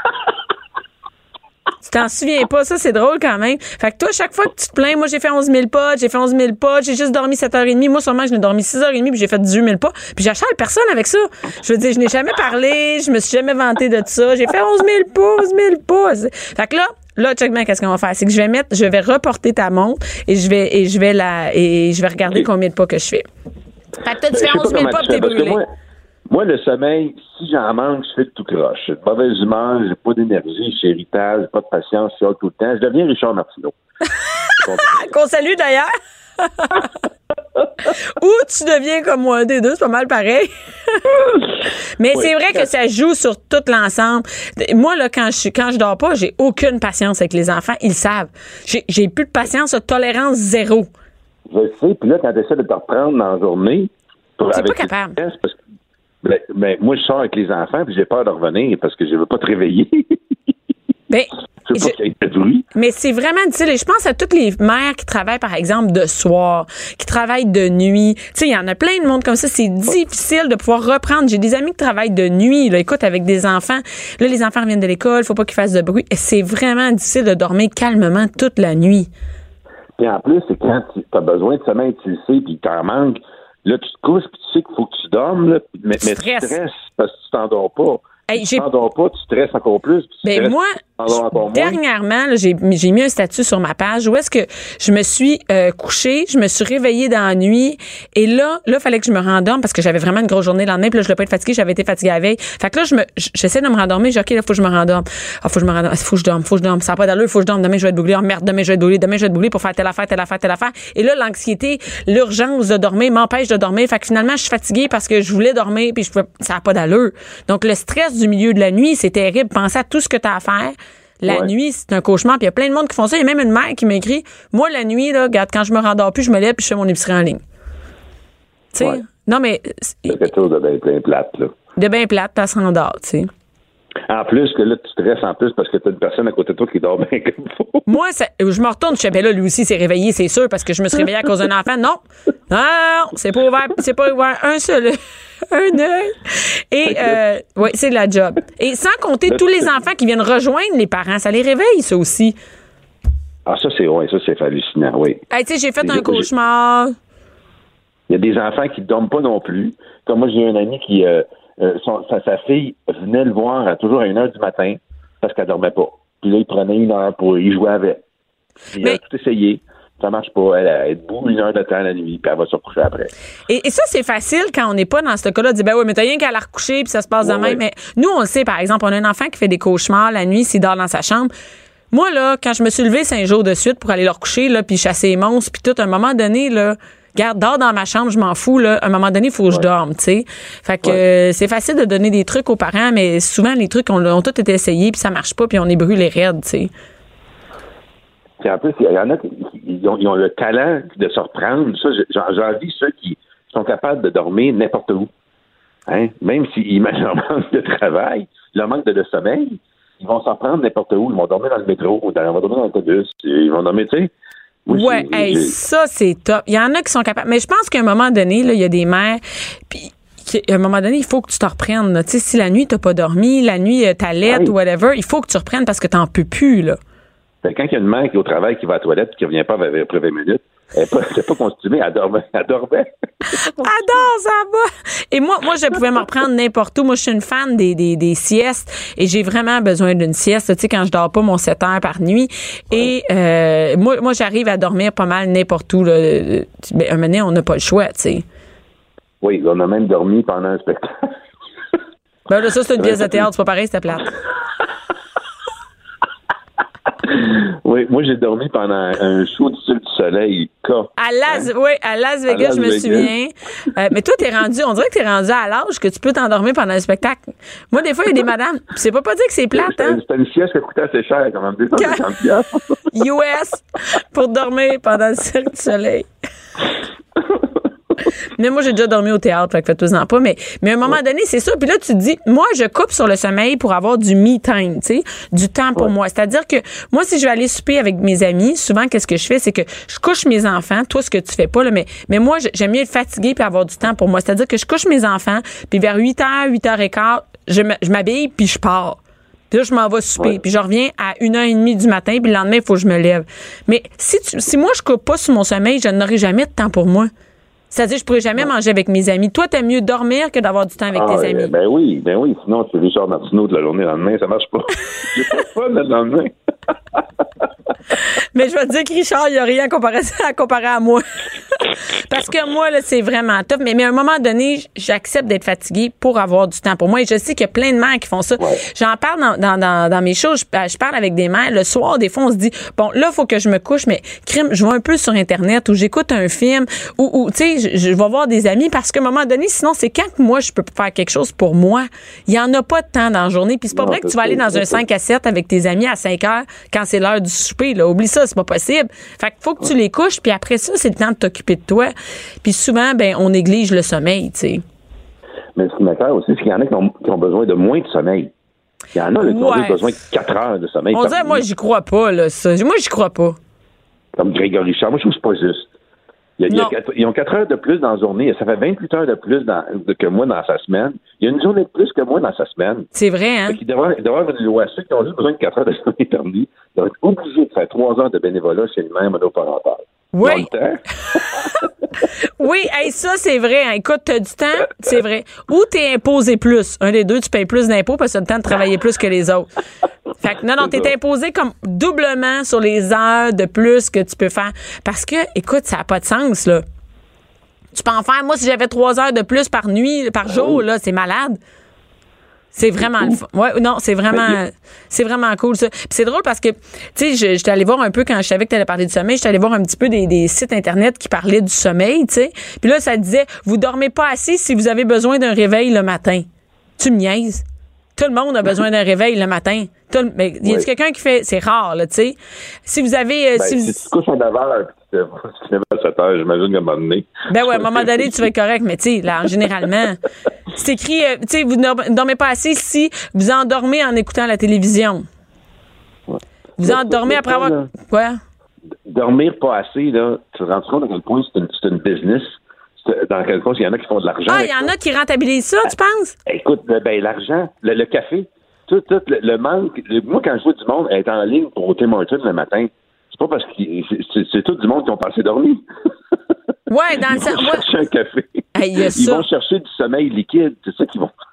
Tu t'en souviens pas, ça, c'est drôle quand même. Fait que toi, chaque fois que tu te plains, moi, j'ai fait onze mille pas, j'ai fait onze mille pas, j'ai juste dormi sept heures trente. Moi, sûrement, je n'ai dormi six heures trente, puis j'ai fait dix-huit mille pas. Puis j'achale personne avec ça. Je veux dire, je n'ai jamais parlé, je me suis jamais vanté de ça. J'ai fait onze mille pas, onze mille pas. Fait que là, là, check bien, qu'est-ce qu'on va faire? C'est que je vais mettre, je vais reporter ta montre et je vais, et je vais la, et je vais regarder combien de pas que je fais. Fait que toi, tu Je fais sais pas onze mille comment pas, tu puis t'es fais, parce que brûlé. Moi, moi, le sommeil, si j'en manque, je fais le tout croche. J'ai de mauvaise humeur, j'ai pas d'énergie, j'ai irritable, j'ai pas de patience, je suis tout le temps. Je deviens Richard Martineau. Qu'on salue d'ailleurs. Ou tu deviens comme moi, un des deux, c'est pas mal pareil. Mais Oui. c'est vrai que ça joue sur tout l'ensemble. Moi, là, quand je suis, quand je dors pas, j'ai aucune patience avec les enfants. Ils le savent. J'ai, j'ai plus de patience, tolérance zéro. Je le sais, puis là, quand tu essaies de te reprendre dans la journée... pour- C'est avec pas capable. le stress, parce que, ben, ben, moi, je sors avec les enfants, puis j'ai peur de revenir parce que je veux pas te réveiller. Ben, Je veux pas je- qu'il y ait de bruit. Mais c'est vraiment difficile. Et je pense à toutes les mères qui travaillent, par exemple, de soir, qui travaillent de nuit. Tu sais, il y en a plein de monde comme ça. C'est difficile de pouvoir reprendre. J'ai des amis qui travaillent de nuit, là, écoute, avec des enfants. Là, les enfants reviennent de l'école, faut pas qu'ils fassent de bruit. Et c'est vraiment difficile de dormir calmement toute la nuit. Puis en plus, c'est quand tu as besoin de sommeil, tu le sais, puis il t'en manque. Là, tu te couches, puis tu sais qu'il faut que tu dormes, là, mais, mais tu stresses. stresses parce que tu t'endors pas. Hey, Si tu j'ai- t'endors pas, tu stresses encore plus. Puis tu Ben stresses, moi, tu t'endors encore moins. dernièrement, là, j'ai, j'ai mis un statut sur ma page où est-ce que je me suis euh, couchée, je me suis réveillée dans la nuit, et là, là, fallait que je me rendorme parce que j'avais vraiment une grosse journée le lendemain, puis là, je voulais pas être fatiguée, j'avais été fatiguée la veille. Fait que là, je me, j'essaie de me rendormir, j'ai dit, OK, là, faut que je me rendorme. Ah, faut que je me rendorme, faut que je dorme, faut que je dorme. Ça n'a pas d'allure, faut que je dorme, demain, je vais être bouglée. Oh merde, demain, je vais être bouglée, demain, je vais être bouglée pour faire telle affaire, telle affaire, telle affaire. Et là, l'anxiété, l'urgence de dormir m'empêche de dormir. Fait que finalement, je suis fatiguée parce que je voulais dormir, puis je pouvais, ça n'a pas d'allure. Donc, le stress du milieu de la nuit, c'est terrible. Pensez à tout ce que tu as à faire. La Ouais. nuit, c'est un cauchemar. Puis il y a plein de monde qui font ça. Il y a même une mère qui m'écrit, moi, la nuit, là, regarde, quand je me rendors plus, je me lève puis je fais mon épicerie en ligne. Tu sais? Ouais. Non, mais C'est quelque chose de bien plein plate, là. de bien plate, puis elle se rendort, tu sais. En plus que là, tu stresses en plus parce que t'as une personne à côté de toi qui dort bien comme faut. Moi, ça- je me retourne, je sais, ben là, lui aussi s'est réveillé, c'est sûr, parce que je me suis réveillée à cause d'un enfant. Non, non, non, c'est pas ouvert, c'est pas ouvert un seul, un œil. Et, euh, oui, c'est de la job. Et sans compter tous les enfants qui viennent rejoindre les parents, ça les réveille, ça aussi. Ah, ça, c'est ouais, ça, c'est hallucinant, oui. Hey, tu sais, j'ai fait J'ai- un cauchemar. Il y a des enfants qui ne dorment pas non plus. Comme moi, j'ai un ami qui, euh, euh, son, sa, sa fille venait le voir à, toujours à une heure du matin parce qu'elle dormait pas. Puis là, il prenait une heure pour y jouer avec. Puis Mais... il a tout essayé. Ça marche pas. Elle, elle est debout une heure de temps la nuit, puis elle va se recoucher après. Et, et ça, c'est facile quand on n'est pas dans ce cas-là. On dit, ben oui, mais t'as rien qu'à la recoucher, puis ça se passe de ouais, même. ouais. Mais nous, on le sait, par exemple, on a un enfant qui fait des cauchemars la nuit s'il dort dans sa chambre. Moi, là, quand je me suis levée cinq jours de suite pour aller le recoucher, là, puis chasser les monstres, puis tout, à un moment donné, là, regarde, dors dans ma chambre, je m'en fous, là. À un moment donné, il faut que ouais. je dorme, tu sais. Fait que ouais. euh, c'est facile de donner des trucs aux parents, mais souvent, les trucs ont, ont tous été essayés, puis ça marche pas, puis on est brûlés raides, tu sais. Puis en plus, il y en a qui ils ont, ils ont le talent de se reprendre. Ça, j'envie ceux qui sont capables de dormir n'importe où. Hein? Même s'ils manquent de travail, leur manque de, de sommeil, ils vont s'en prendre n'importe où. Ils vont dormir dans le métro, ils vont dormir dans l'autobus, ils vont dormir, tu sais. Oui, ouais, hey, ça, c'est top. Il y en a qui sont capables. Mais je pense qu'à un moment donné, là, il y a des mères, puis à un moment donné, il faut que tu te reprennes. Tu sais, si la nuit, t'as pas dormi, la nuit, t'allaites, oui. whatever, il faut que tu reprennes parce que t'en peux plus, là. Quand il y a une mère qui est au travail, qui va à la toilette, qui ne revient pas après vingt minutes, elle n'est pas, pas constituée, elle dormait. Elle dormait. Elle dort, ça va. Et moi, moi, je pouvais me reprendre n'importe où. Moi, je suis une fan des, des, des siestes et j'ai vraiment besoin d'une sieste. Tu sais, quand je dors pas mon sept heures par nuit. Et euh, moi, moi, j'arrive à dormir pas mal n'importe où. Là. Mais un moment donné, on n'a pas le choix, tu sais. Oui, on a même dormi pendant un spectacle. Ben là, ça, c'est une pièce de théâtre. C'est pas pareil, c'était plate. Oui, moi, j'ai dormi pendant un show du Cirque du Soleil. K. À Las, hein? Oui, à Las Vegas, à Las je me Vegas. souviens. Euh, mais toi, t'es rendu, on dirait que t'es rendu à l'âge que tu peux t'endormir pendant un spectacle. Moi, des fois, il y a des madames, c'est pas pas dire que c'est plate, hein? C'était une sieste qui coûtait assez cher, quand même, deux cent cinquante dollars. U S pour dormir pendant le Cirque du Soleil. Mais moi, j'ai déjà dormi au théâtre, fait que faites-en pas. Mais, mais à un moment ouais. donné, c'est ça. Puis là, tu te dis, moi, je coupe sur le sommeil pour avoir du me time, tu sais, du temps pour ouais. moi. C'est-à-dire que moi, si je vais aller souper avec mes amis, souvent, qu'est-ce que je fais? C'est que je couche mes enfants. Toi, ce que tu fais pas, là, mais, mais moi, j'aime mieux être fatiguée puis avoir du temps pour moi. C'est-à-dire que je couche mes enfants, puis vers huit heures, huit heures quinze, je m'habille puis je pars. Puis là, je m'en vais souper. Ouais. Puis je reviens à une heure trente du matin, puis le lendemain, il faut que je me lève. Mais si, tu, si moi, je coupe pas sur mon sommeil, je n'aurai jamais de temps pour moi. C'est-à-dire, je pourrais jamais ouais. manger avec mes amis. Toi, t'aimes mieux dormir que d'avoir du temps avec ah, tes amis. Ben oui, ben oui. Sinon, tu es Richard Martineau de la journée le lendemain, ça marche pas. J'ai pas de fun le lendemain. Mais je vais te dire que Richard, il n'y a rien à comparer à, comparer à moi. Parce que moi, là, c'est vraiment tough. Mais, mais à un moment donné, j'accepte d'être fatiguée pour avoir du temps pour moi. Et je sais qu'il y a plein de mères qui font ça. Ouais. J'en parle dans, dans, dans, dans mes shows. Je, je parle avec des mères. Le soir, des fois, on se dit, bon, là, il faut que je me couche, mais crime, je vais un peu sur Internet ou j'écoute un film ou, ou tu sais, je, je vais voir des amis parce qu'à un moment donné, sinon, c'est quand que moi, je peux faire quelque chose pour moi. Il n'y en a pas de temps dans la journée. Puis c'est pas non, vrai que tu vas aller dans un cinq à sept avec tes amis à cinq heures quand c'est l'heure du souper. Là. Oublie ça, c'est pas possible. Fait qu'il faut que tu les couches, puis après ça, c'est le temps de t'occuper de toi. Puis souvent, ben, on néglige le sommeil, tu sais. Mais ce qui m'intéresse aussi, c'est qu'il y en a qui ont, qui ont besoin de moins de sommeil. Il y en a là, qui ouais. ont besoin de quatre heures de sommeil. On dirait, moi, j'y crois pas, là, ça. Moi, j'y crois pas. Comme Grégory Charles, moi, je trouve que c'est pas juste. Il y a, il y a quatre, ils ont quatre heures de plus dans la journée. Ça fait vingt-huit heures de plus dans, de, que moi dans sa semaine. Il y a une journée de plus que moi dans sa semaine. C'est vrai, hein? Il devrait y avoir une loi. Ceux qui ont juste besoin de quatre heures de sommeil permis doivent être obligés de faire trois heures de bénévolat chez le même monoparental. Oui. Oui, hey, ça, c'est vrai. Hein. Écoute, t'as du temps, c'est vrai. Ou t'es imposé plus. Un des deux, tu payes plus d'impôts parce que t'as le temps de travailler plus que les autres. Fait que non, non, t'es imposé comme doublement sur les heures de plus que tu peux faire. Parce que, écoute, ça n'a pas de sens, là. Tu peux en faire, moi, si j'avais trois heures de plus par nuit, par jour, là, c'est malade. C'est vraiment le fun. Ouais, non, c'est vraiment, c'est vraiment cool, ça. Puis c'est drôle parce que, tu sais, j'étais allée voir un peu quand je savais que tu allais parler du sommeil, j'étais allée voir un petit peu des, des sites Internet qui parlaient du sommeil, tu sais. Puis là, ça disait, vous dormez pas assez si vous avez besoin d'un réveil le matin. Tu me niaises? Tout le monde a besoin d'un réveil le matin. Tout le, mais y a-tu oui. quelqu'un qui fait, c'est rare, là, tu sais. Si vous avez, euh, ben, si, si vous... tu te couches à neuf heures, tu te lèves à sept heures, j'imagine qu'à un moment donné. Ben ouais, à un moment donné, tu vas être correct, mais tu sais, là, généralement, c'est écrit, euh, tu sais, vous ne dormez pas assez si vous endormez en écoutant la télévision. Ouais. Vous endormez après avoir, là, quoi? Dormir pas assez, là, tu te rends compte à quel point c'est une, c'est une business. Dans quel cas, il y en a qui font de l'argent. Ah, il y en a qui rentabilisent ça, tu penses? Écoute, ben, l'argent, le, le café, tout, tout le, le manque. Le, moi, quand je vois du monde être en ligne pour au Tim Hortons le matin, c'est pas parce que c'est, c'est tout du monde qui ont passé dormir. Ouais, dans le sens. Ils vont chercher un café. Hey, y a Ils ça. vont chercher du sommeil liquide. C'est ça qu'ils vont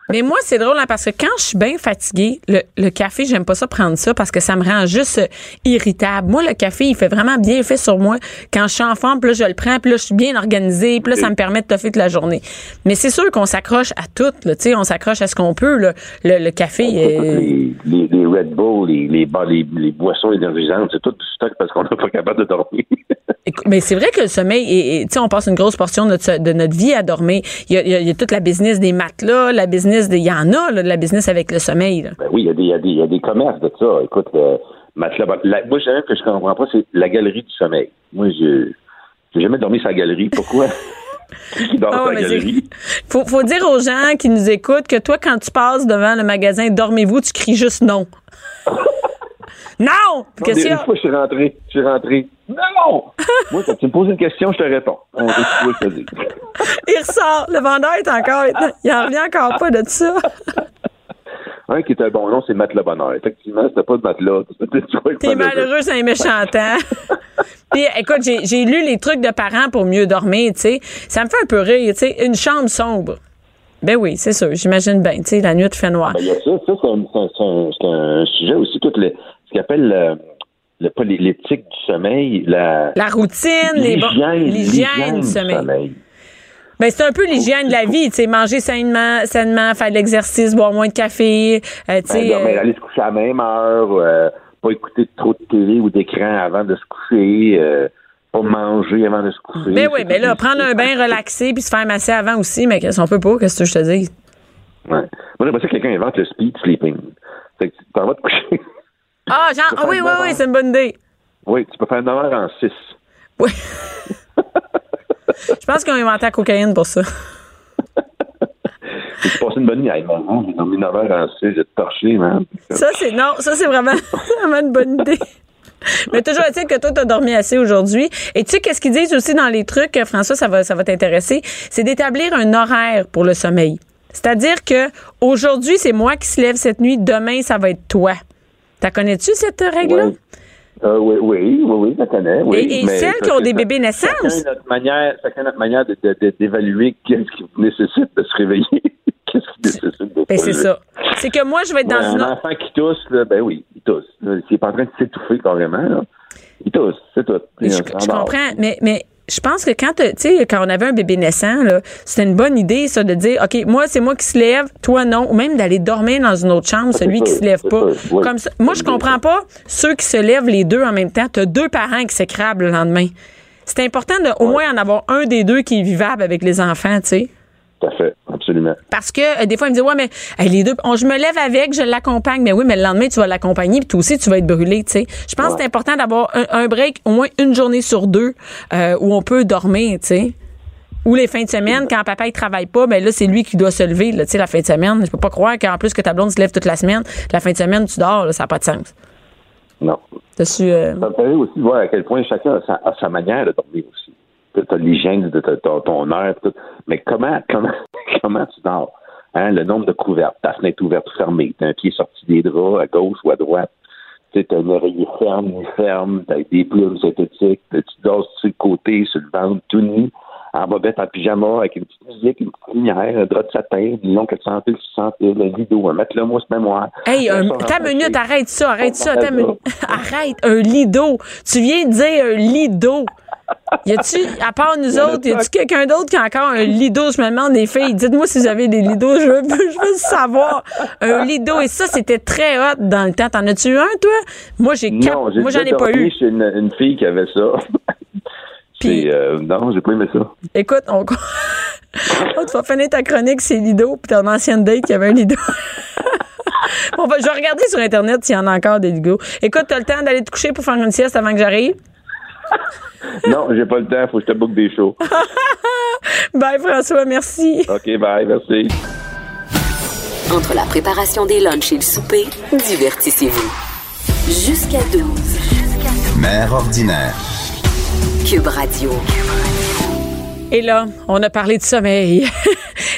Mais moi, c'est drôle, hein, parce que quand je suis bien fatiguée, le, le café, j'aime pas ça prendre ça parce que ça me rend juste euh, irritable. Moi, le café, il fait vraiment bien fait sur moi. Quand je suis en forme, puis là, je le prends, puis là, je suis bien organisée, puis là, ça me permet de toffer toute la journée. Mais c'est sûr qu'on s'accroche à tout, là, tu sais, on s'accroche à ce qu'on peut, là. Le, le café... Euh... Les, les, les Red Bull, les, les, les, les boissons énergisantes, c'est tout du stock parce qu'on n'est pas capable de dormir. Mais c'est vrai que le sommeil, tu sais, on passe une grosse portion de notre, de notre vie à dormir. Il y, a, il, y a, il y a toute la business des matelas, la business des... Il y en a, là, de la business avec le sommeil. Là. Ben oui, il y, a des, il, y a des, il y a des commerces de ça. Écoute, le matelas... La, moi, je dirais que je comprends pas, c'est la galerie du sommeil. Moi, je j'ai jamais dormi sur la galerie. Pourquoi? Qui dort oh, sur la galerie? Faut, faut dire aux gens qui nous écoutent que toi, quand tu passes devant le magasin « Dormez-vous », tu cries juste « non ». Non! Qu'est-ce qu'il y a? Une fois, je suis rentré. Je suis rentré. Non! Moi, quand tu me poses une question, je te réponds. On va te dire. Il ressort. Le vendeur est encore... Il en revient encore pas de ça. Un qui est un bon nom, c'est Matelas Bonheur. Effectivement, c'était pas de matelas. T'es malheureux, c'est un méchant temps. Puis, écoute, j'ai, j'ai lu les trucs de parents pour mieux dormir, tu sais. Ça me fait un peu rire, tu sais. Une chambre sombre. Ben oui, c'est sûr. J'imagine bien. Tu sais, la nuit, il fait noir. Ben, il y a ça. Ça, c'est un, c'est un, c'est un sujet aussi. Tout le, ce qu'on appelle le, le, pas l'éthique du sommeil. La, la routine, l'hygiène, les l'hygiène du sommeil. sommeil. Ben, c'est un peu l'hygiène de la vie, tu sais, manger sainement, sainement, faire de l'exercice, boire moins de café, euh, tu sais. Ben, euh... aller se coucher à la même heure, euh, pas écouter trop de télé ou d'écran avant de se coucher, euh, pas manger avant de se coucher. Ben oui, mais là, prendre un bain relaxé puis se faire masser avant aussi, mais qu'est-ce qu'on peut pas, qu'est-ce que je te dis? Ouais. Moi, j'aimerais ça que quelqu'un invente le speed sleeping. Fait que tu t'en vas te coucher. Ah, genre, ah oui, oui, oui, c'est une bonne idée. Oui, tu peux faire neuf heures en six. Oui. Je pense qu'ils ont inventé la cocaïne pour ça. J'ai passé une bonne nuit. Hey, man, j'ai dormi neuf heures en six, j'ai torché, man. Ça, c'est, non, ça, c'est vraiment, vraiment une bonne idée. Mais toujours est-il que toi, t'as dormi assez aujourd'hui. Et tu sais, qu'est-ce qu'ils disent aussi dans les trucs, François, ça va, ça va t'intéresser, c'est d'établir un horaire pour le sommeil. C'est-à-dire que aujourd'hui, c'est moi qui se lève cette nuit, demain, ça va être toi. T'as connais-tu cette règle-là? Ouais. Euh, oui, oui, oui, oui, je la connais. Oui, et et celles qui ont des bébés naissants. Chacun notre manière, chacun notre manière de, de, de, d'évaluer qu'est-ce qui nécessite de se réveiller. Qu'est-ce qui nécessite de se ben, c'est ça. C'est que moi, je vais être dans ouais, une... Un enfant qui tousse, là, ben oui, il tousse. S'il n'est pas en train de s'étouffer carrément, là, il tousse, c'est tout. Je, je comprends, mais... mais je pense que quand, tu sais, quand on avait un bébé naissant, là, c'était une bonne idée, ça, de dire, OK, moi, c'est moi qui se lève, toi, non, ou même d'aller dormir dans une autre chambre, celui qui se lève pas. Oui. Comme ça. Moi, je comprends pas ceux qui se lèvent les deux en même temps. T'as deux parents qui s'écrabent le lendemain. C'est important de, au moins, en avoir un des deux qui est vivable avec les enfants, tu sais. Tout à fait, absolument. Parce que euh, des fois, ils me disent, ouais, mais hey, les deux, on, je me lève avec, je l'accompagne. Mais oui, mais le lendemain, tu vas l'accompagner, puis toi aussi, tu vas être brûlé, tu sais. Je pense ouais. que c'est important d'avoir un, un break, au moins une journée sur deux, euh, où on peut dormir, tu sais. Ou les fins de semaine, quand papa, il travaille pas, ben là, c'est lui qui doit se lever, tu sais, la fin de semaine. Je peux pas croire qu'en plus que ta blonde se lève toute la semaine, la fin de semaine, tu dors, là, ça n'a pas de sens. Non. Dessus, euh... Ça me permet aussi de voir à quel point chacun a sa, a sa manière de dormir aussi. T'as l'hygiène de ton, ton heure, tout. Mais comment, comment, comment tu dors? Hein, le nombre de couvertes, ta fenêtre ouverte ou fermée, t'as un pied sorti des draps à gauche ou à droite, t'as un oreiller ferme ou ferme, t'as des plumes synthétiques, tu dors sur le côté, sur le ventre, tout nu, en bobette, en pyjama, avec une petite musique, une petite lumière, un drap de satin, du long quatre cents piles, six cents piles, un rideau, un matelas mousse mémoire. Hey, un, ta minute, arrête ça, arrête ça, ta minute. Arrête, un lido. Tu viens de dire un lido. Y a-tu, à part nous autres, y a-tu quelqu'un d'autre qui a encore un lido? Je me demande, les filles, dites-moi si vous avez des lidos, je veux, je veux savoir. Un lido, et ça, c'était très hot dans le temps. T'en as-tu eu un, toi? Moi, j'ai quatre. Non, j'ai moi, j'en ai pas eu. Chez une, une fille qui avait ça. Puis, euh, non, j'ai pas aimé ça. Écoute, on, on tu vas finir ta chronique, c'est lido, puis t'as une ancienne date qui avait un lido. Bon, ben, je vais regarder sur Internet s'il y en a encore des lidos. Écoute, t'as le temps d'aller te coucher pour faire une sieste avant que j'arrive? Non, j'ai pas le temps, faut que je te book des shows. Bye François, merci. OK, bye, merci. Entre la préparation des lunchs et le souper, divertissez-vous. Jusqu'à douze. Mère ordinaire. Cube Radio. Et là, on a parlé de sommeil.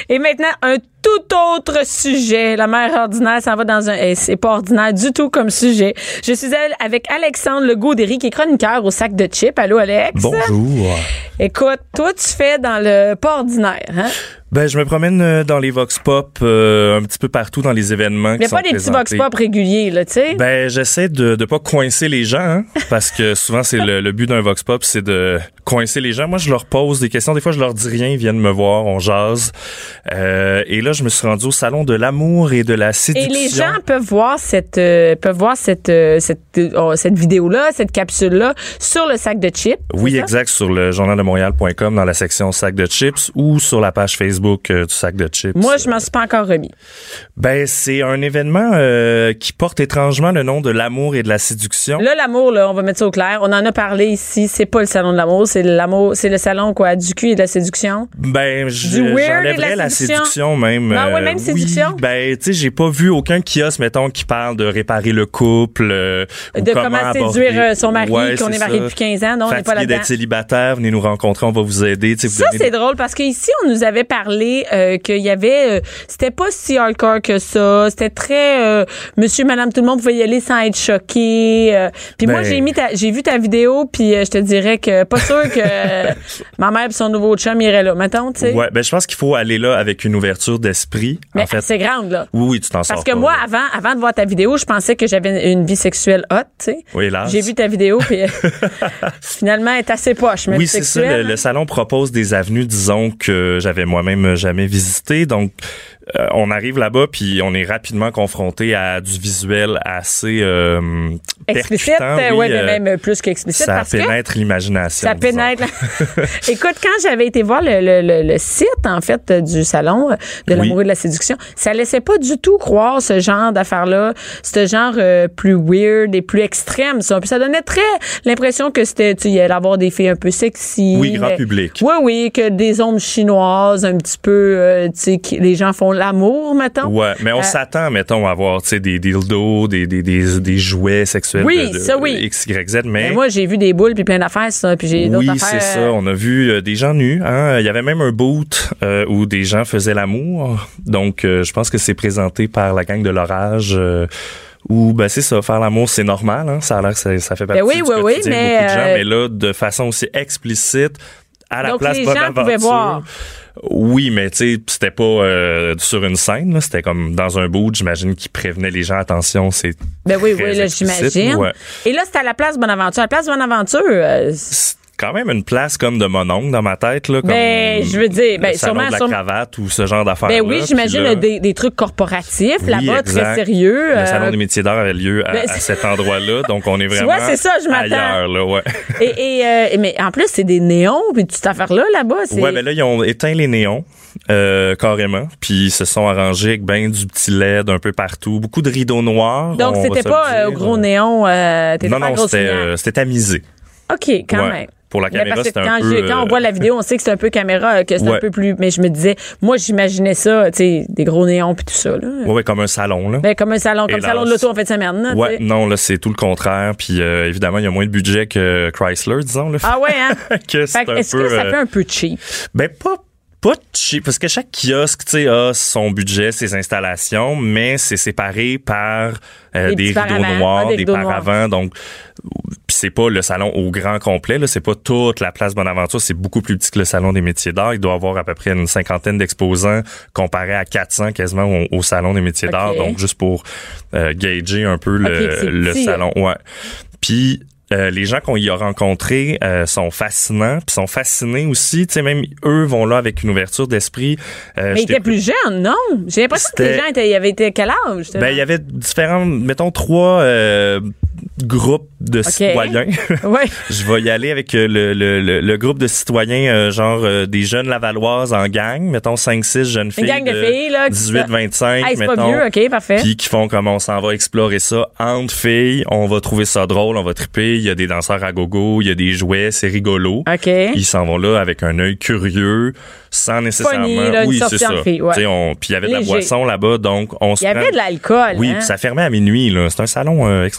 Et maintenant, un tout autre sujet. La mère ordinaire s'en va dans un... Eh, c'est pas ordinaire du tout comme sujet. Je suis avec Alexandre Legaudéry, qui est chroniqueur au Sac de Chips. Allô, Alex? Bonjour. Écoute, toi, tu fais dans le pas ordinaire, hein? Ben, je me promène dans les vox pop euh, un petit peu partout dans les événements qui sont présentés. Mais pas des petits vox pop réguliers, là, tu sais. Ben, j'essaie de de pas coincer les gens, hein, parce que souvent c'est le, le but d'un vox pop, c'est de coincer les gens. Moi, je leur pose des questions. Des fois, je leur dis rien, ils viennent me voir, on jase. Euh, et là, je me suis rendu au salon de l'amour et de la séduction. Et les gens peuvent voir cette euh, peuvent voir cette euh, cette euh, cette vidéo-là, cette capsule-là sur le Sac de Chips. Oui, exact, sur le journal de montréal point com dans la section Sac de Chips ou sur la page Facebook Euh, du Sac de Chips. Moi, je m'en suis pas encore remis. Ben, c'est un événement euh, qui porte étrangement le nom de l'amour et de la séduction. Là, l'amour, là, on va mettre ça au clair. On en a parlé ici. C'est pas le salon de l'amour, c'est l'amour, c'est le salon quoi, du cul et de la séduction. Ben, je, du weird j'enlèverais la séduction. la séduction même. Ah ouais, même euh, séduction. Oui, ben, tu sais, j'ai pas vu aucun kiosque, mettons, qui parle de réparer le couple, euh, de comment, comment aborder... séduire son mari, ouais, qu'on est, est marié depuis quinze ans. Non, on n'est pas là-dedans. D'être célibataire, venez nous rencontrer, on va vous aider. Vous ça, c'est des... drôle parce qu'ici, on nous avait parlé euh, qu'il y avait, euh, c'était pas si hardcore que ça. C'était très, euh, monsieur, madame, tout le monde pouvait y aller sans être choqué. Euh, puis ben... moi, j'ai mis ta, j'ai vu ta vidéo, puis euh, je te dirais que pas sûr que euh, ma mère et son nouveau chum iraient là. Mettons, tu sais. Ouais, ben je pense qu'il faut aller là avec une ouverture d'esprit. Mais en fait, c'est grande là. Oui, oui, tu t'en sors. Parce que pas, moi, là. avant, avant de voir ta vidéo, je pensais que j'avais une vie sexuelle hot, tu sais. Oui, là. J'ai vu ta vidéo, puis finalement, elle est assez poche. Même oui, c'est ça. Le, le salon propose des avenues, disons que j'avais moi-même jamais visité, donc. Euh, on arrive là-bas puis on est rapidement confronté à du visuel assez euh, explicite, oui, ouais, euh, mais même plus qu'explicite. Ça parce pénètre que l'imagination. Ça pénètre. Écoute, quand j'avais été voir le, le, le, le site en fait du salon de l'amour oui. et de la séduction, ça laissait pas du tout croire ce genre d'affaires-là, ce genre euh, plus weird et plus extrême. Ça, puis ça donnait très l'impression que c'était, tu y allais avoir des filles un peu sexy. Oui, grand public. Oui, oui, que des ombres chinoises, un petit peu, euh, tu sais, que les gens font l'amour, mettons. Ouais, mais on euh, s'attend, mettons, à avoir, tu sais, des dildos, des, des, des, des jouets sexuels oui, de, de, ça, oui. X, Y, Z, mais... mais moi, j'ai vu des boules puis plein d'affaires, ça, puis j'ai d'autres oui, affaires. Oui, c'est ça. On a vu euh, des gens nus, hein. Il y avait même un boot euh, où des gens faisaient l'amour. Donc, euh, je pense que c'est présenté par la gang de l'orage. Euh, Ou ben c'est ça, faire l'amour c'est normal, hein. Ça a l'air que ça, ça fait partie ben oui, du oui, quotidien oui, de mais beaucoup de gens, euh... mais là, de façon aussi explicite, à la donc place les Bonne gens Aventure. pouvaient voir. Oui, mais tu sais, c'était pas euh, sur une scène, là, c'était comme dans un boot, j'imagine, qui prévenait les gens, attention, c'est ben oui, très oui, là, explicite, j'imagine. Ouais. Et là, c'était à la place Bonaventure. La place Bonaventure, euh, c'est quand même une place comme de mon oncle dans ma tête, là, comme ben, je veux dire, ben, le salon sûrement, de la sûrement, cravate ou ce genre d'affaires. Ben oui, j'imagine là, des, des trucs corporatifs oui, là-bas, exact. très sérieux. Le euh, salon des métiers d'art avait lieu à, ben, à cet endroit-là, donc on est vraiment ouais, c'est ça, je m'attends. ailleurs, là, ouais. Et, et euh, mais en plus, c'est des néons, puis toute cette affaire-là, là-bas, c'est... Ouais, ben là, ils ont éteint les néons. Euh, carrément, puis ils se sont arrangés avec ben du petit L E D un peu partout, beaucoup de rideaux noirs. Donc c'était pas euh, gros néon, euh, non non, c'était euh, c'était tamisé. OK, quand ouais. même. Pour la caméra, c'est un peu... Quand on voit la vidéo, on sait que c'est un peu caméra, que c'est ouais. un peu plus... Mais je me disais, moi, j'imaginais ça, tu sais, des gros néons puis tout ça, là. Ouais, ouais, comme un salon, là. Ben, comme un salon, comme le salon de l'auto en fait de semaine, là. Ouais, t'sais. non, là, c'est tout le contraire. Puis, euh, évidemment, il y a moins de budget que Chrysler, disons, là. Ah ouais, hein? que c'est fait, un est-ce peu, que ça euh... fait un peu cheap? Ben, pas... Pas cheap, parce que chaque kiosque, tu sais, a son budget, ses installations, mais c'est séparé par euh, des rideaux paravents. noirs, ah, des, des paravents, donc puis c'est pas le salon au grand complet, là, c'est pas toute la place Bonaventure, c'est beaucoup plus petit que le salon des métiers d'art. Il doit avoir à peu près une cinquantaine d'exposants comparé à quatre cents quasiment au, au salon des métiers okay. d'art, donc juste pour euh, gager un peu le, okay, le petit, salon. Ouais. Puis Euh, les gens qu'on y a rencontrés euh, sont fascinants, puis sont fascinés aussi. Tu sais, même eux vont là avec une ouverture d'esprit. Euh, Mais ils étaient plus jeunes, non? J'ai l'impression que les gens étaient, ils avaient été quel âge? Ben, il y avait différents, mettons, trois euh, groupes de okay. citoyens. Ouais. Je vais y aller avec le, le, le, le groupe de citoyens, euh, genre euh, des jeunes Lavalloises en gang, mettons cinq six jeunes filles. Une gang de, de filles, là. dix-huit vingt-cinq, hey, c'est mettons. Pas vieux, OK, parfait. Puis qui font comme on s'en va explorer ça entre filles, on va trouver ça drôle, on va triper. Il y a des danseurs à gogo, il y a des jouets, c'est rigolo. OK. Ils s'en vont là avec un œil curieux, sans nécessairement... Funny, là, oui, c'est ça. Fille, ouais. On... Puis il y avait Léger. de la boisson là-bas, donc on se Il y avait prend... de l'alcool, Oui, hein? puis ça fermait à minuit, là. C'est un salon euh, extraordinaire.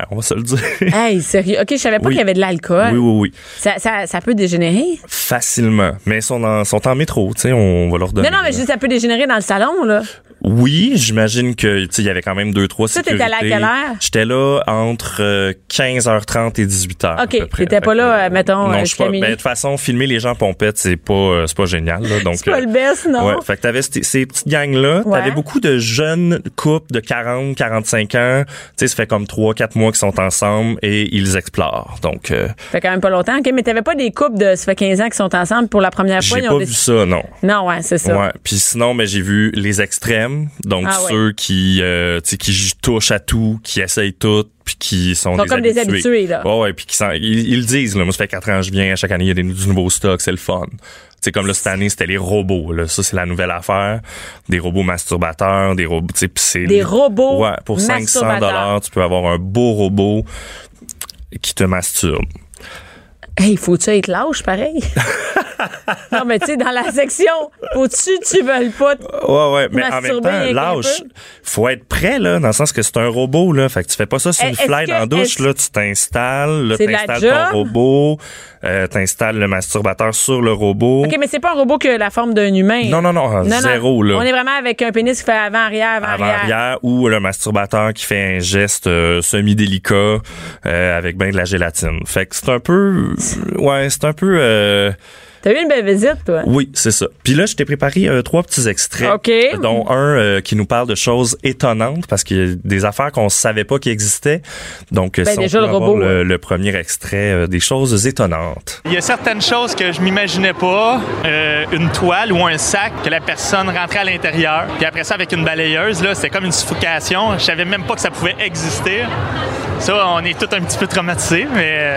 on va se le dire. Hey, sérieux? OK, je savais pas oui. qu'il y avait de l'alcool. Oui, oui, oui. Ça, ça, ça peut dégénérer? Facilement. Mais ils sont en, sont en métro, tu sais, on va leur donner. Non, non, mais je dis, ça peut dégénérer dans le salon, là. Oui, j'imagine que, tu sais, il y avait quand même deux, trois sécurités. Toi, t'étais allé à quelle heure? J'étais là entre euh, quinze heures trente et dix-huit heures. OK, t'étais pas là, euh, mettons, non, jusqu'à minuit. Ben, de toute façon, filmer les gens pompettes, c'est pas, euh, c'est pas génial, là. Donc, c'est pas euh, le best, non? Ouais, fait que t'avais ces, ces petites gangs-là. Ouais. T'avais beaucoup de jeunes couples de quarante, quarante-cinq ans. Tu sais, ça fait comme trois, quatre mois qu'ils sont ensemble et ils explorent. Donc, euh, ça fait quand même pas longtemps. OK, mais t'avais pas des couples de, ça fait quinze ans qui sont ensemble pour la première fois? J'ai pas vu ça, non. Non, ouais, c'est ça. Ouais. Puis sinon, ben, j'ai vu les extrêmes. Donc, ah, ceux ouais. qui, euh, tu sais, qui touchent à tout, qui essayent tout, puis qui sont, sont des comme habitués. des habitués, là. Ouais, ouais, puis qui sont, ils, ils le disent, là. Moi, ça fait quatre ans que je viens, à chaque année, il y a des, du nouveau stock, c'est le fun. Tu sais, comme là, cette année, c'était les robots, là. Ça, c'est la nouvelle affaire. Des robots masturbateurs, des robots, tu sais, pis c'est... Des robots Ouais, pour cinq cents dollars, tu peux avoir un beau robot qui te masturbe. Hey, faut-tu être lâche, pareil? Non, mais tu sais, dans la section, faut-tu, tu veux pas te ouais, ouais, mais en même temps, lâche, faut être prêt, là, dans le sens que c'est un robot, là. Fait que tu fais pas ça sur une fly en douche, là. Tu t'installes, là, t'installes ton robot, euh, t'installes le masturbateur sur le robot. OK, mais c'est pas un robot qui a la forme d'un humain. Non, non, non, non zéro, non. là. On est vraiment avec un pénis qui fait avant-arrière, avant-arrière. Avant-arrière, ou le masturbateur qui fait un geste euh, semi-délicat euh, avec ben de la gélatine. Fait que c'est un peu... Ouais, c'est un peu... Euh, T'as eu une belle visite, toi? Oui, c'est ça. Puis là, je t'ai préparé euh, trois petits extraits, okay. dont un euh, qui nous parle de choses étonnantes, parce qu'il y a des affaires qu'on savait pas qui existaient. Donc, ben, si déjà, on peut le robot, avoir ouais. le, le premier extrait, euh, des choses étonnantes. Il y a certaines choses que je m'imaginais pas. Euh, une toile ou un sac que la personne rentrait à l'intérieur. Puis après ça, avec une balayeuse, là, c'était comme une suffocation. Je savais même pas que ça pouvait exister. Ça, on est tous un petit peu traumatisés, mais...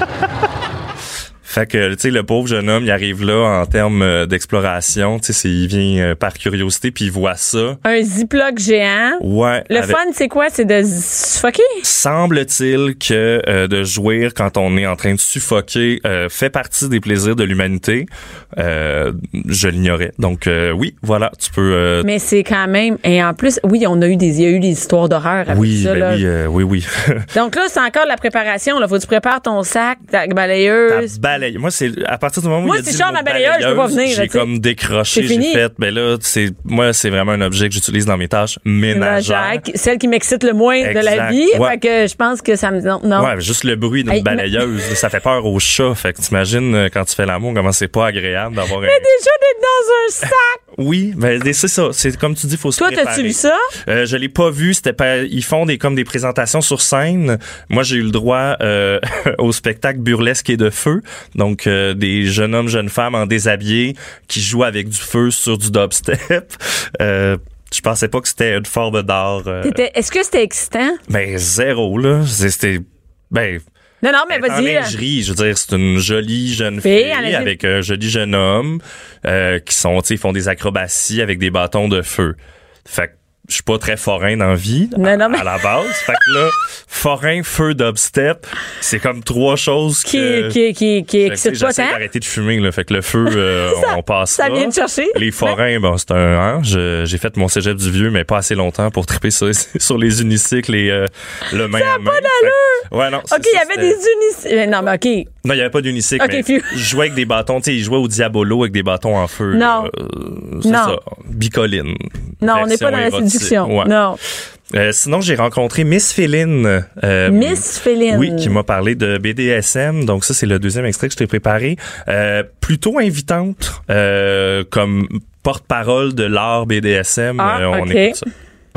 Fait que, tu sais, le pauvre jeune homme, il arrive là en termes d'exploration. Tu sais, il vient euh, par curiosité, puis il voit ça. Un Ziploc géant. Ouais. Le avec... fun, c'est quoi? C'est de suffoquer? Semble-t-il que euh, de jouir quand on est en train de suffoquer euh, fait partie des plaisirs de l'humanité. Euh, je l'ignorais. Donc, euh, oui, voilà, tu peux... Euh... Mais c'est quand même... Et en plus, oui, on a eu des, il y a eu des histoires d'horreur avec oui, ça. Ben là. oui, euh, oui, oui. Donc là, c'est encore de la préparation. Là. Faut que tu prépares ton sac, ta balayeuse. Ta balayeuse. Moi, c'est à partir du moment où moi, il a dit c'est genre ma balayeuse, je peux pas venir. J'ai comme décroché, j'ai fait. Ben là, c'est moi, c'est vraiment un objet que j'utilise dans mes tâches ménagères. Celle qui m'excite le moins exact. De la vie. Ouais. Fait que je pense que ça me non. non. Ouais, juste le bruit d'une hey, balayeuse, mais... ça fait peur aux chats. Fait que t'imagines quand tu fais l'amour, comment c'est pas agréable d'avoir. Mais un... déjà d'être dans un sac. Oui, ben c'est ça. C'est comme tu dis, faut se Toi, préparer. Toi, t'as-tu vu ça? Euh, je l'ai pas vu. C'était pas. Ils font des comme des présentations sur scène. Moi, j'ai eu le droit euh, au spectacle burlesque et de feu. Donc euh, des jeunes hommes, jeunes femmes en déshabillé qui jouent avec du feu sur du dubstep. Euh, je pensais pas que c'était une forme d'art. Euh... Est-ce que c'était excitant? Ben zéro là. C'était ben. Non, non, mais vas-y. En lingerie, je veux dire, c'est une jolie jeune fille, fille avec un joli jeune homme euh, qui sont, tu sais, ils font des acrobaties avec des bâtons de feu. Fait que je suis pas très forain dans la vie, non, à, non, mais... à la base. Fait que là, forain, feu, dubstep, c'est comme trois choses qui que... Qui, qui, qui excitent pas tant. J'essaie d'arrêter de fumer, là. Fait que le feu, euh, ça, on passe ça. Ça vient de chercher. Les forains, bon, c'est un... Hein, je, j'ai fait mon cégep du vieux, mais pas assez longtemps pour triper sur, sur les unicycles et euh, le main ça à main. Ça a pas d'allure! Ouais, non. OK, il y avait des unicycles. Non, mais OK. Non, il y avait pas d'unicycle, okay, mais je jouais avec des bâtons. Tu sais, ils jouaient au Diabolo avec des bâtons en feu. Non. Euh, c'est non. ça. Bicoline. Non, on n'est pas dans la séduction. Ouais. Non. Euh, sinon, j'ai rencontré Miss Féline. Euh, Miss Féline. Oui, qui m'a parlé de B D S M. Donc ça, c'est le deuxième extrait que je t'ai préparé. Euh, plutôt invitante euh, comme porte-parole de l'art B D S M. Ah, euh, on okay. écoute ça.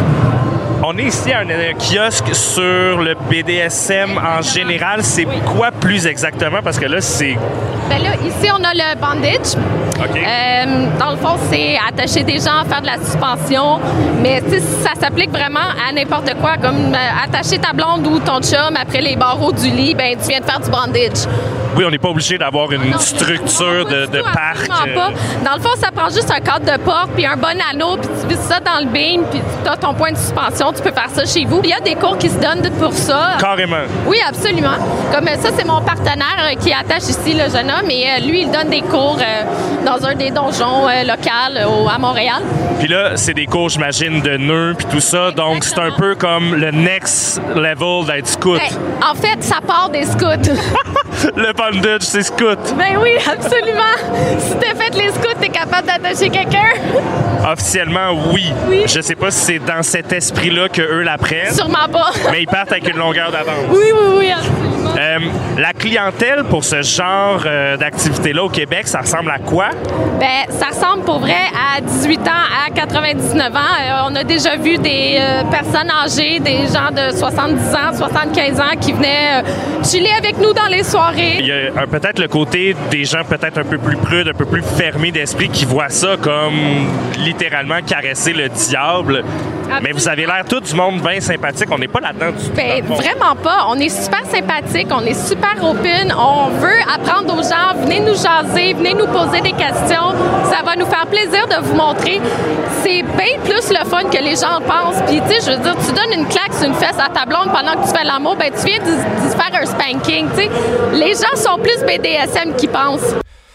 On est ici à un, un kiosque sur le B D S M en général. C'est oui. quoi plus exactement? Parce que là, c'est... Ben là, ici, on a le bandage. OK. Euh, dans le fond, c'est attacher des gens, faire de la suspension. Mais ça s'applique vraiment à n'importe quoi. Comme euh, attacher ta blonde ou ton chum après les barreaux du lit, ben tu viens de faire du bandage. Oui, on n'est pas obligé d'avoir une non, structure de, de parc. Pas. Dans le fond, ça prend juste un cadre de porte puis un bon anneau, puis tu vis ça dans le beam, puis tu as ton point de suspension, tu peux faire ça chez vous. Il y a des cours qui se donnent pour ça. Carrément. Oui, absolument. Comme ça, c'est mon partenaire qui attache ici, le jeune homme, et lui, il donne des cours euh, dans un des donjons euh, locaux à Montréal. Puis là, c'est des cours, j'imagine, de nœuds puis tout ça, exactement. Donc c'est un peu comme le next level d'être scout. Ben, en fait, ça part des scouts. Le bondage, c'est scout. Ben oui, absolument. Si t'as fait les scouts, t'es capable d'attacher quelqu'un? Officiellement, oui. oui. Je sais pas si c'est dans cet esprit-là qu'eux l'apprennent. Sûrement pas. Mais ils partent avec une longueur d'avance. Oui, oui, oui, absolument. Euh, la clientèle pour ce genre euh, d'activité-là au Québec, ça ressemble à quoi? Ben, ça ressemble pour vrai à dix-huit ans à quatre-vingt-dix-neuf ans. Euh, on a déjà vu des euh, personnes âgées, des gens de soixante-dix ans, soixante-quinze ans qui venaient euh, chiller avec nous dans les soirées. Il y a euh, peut-être le côté des gens peut-être un peu plus prudes, un peu plus fermés d'esprit qui voient ça comme littéralement caresser le diable. Absolument. Mais vous avez l'air tout du monde bien sympathique. On n'est pas là-dedans du tout. Ben, vraiment pas. On est super sympathique, on est super open. On veut apprendre aux gens. Venez nous jaser, venez nous poser des questions. Ça va nous faire plaisir de vous montrer. C'est bien plus le fun que les gens pensent. Puis, tu sais, je veux dire, tu donnes une claque sur une fesse à ta blonde pendant que tu fais l'amour, ben tu viens de, de faire un spanking, tu sais. Les gens sont plus B D S M qu'ils pensent.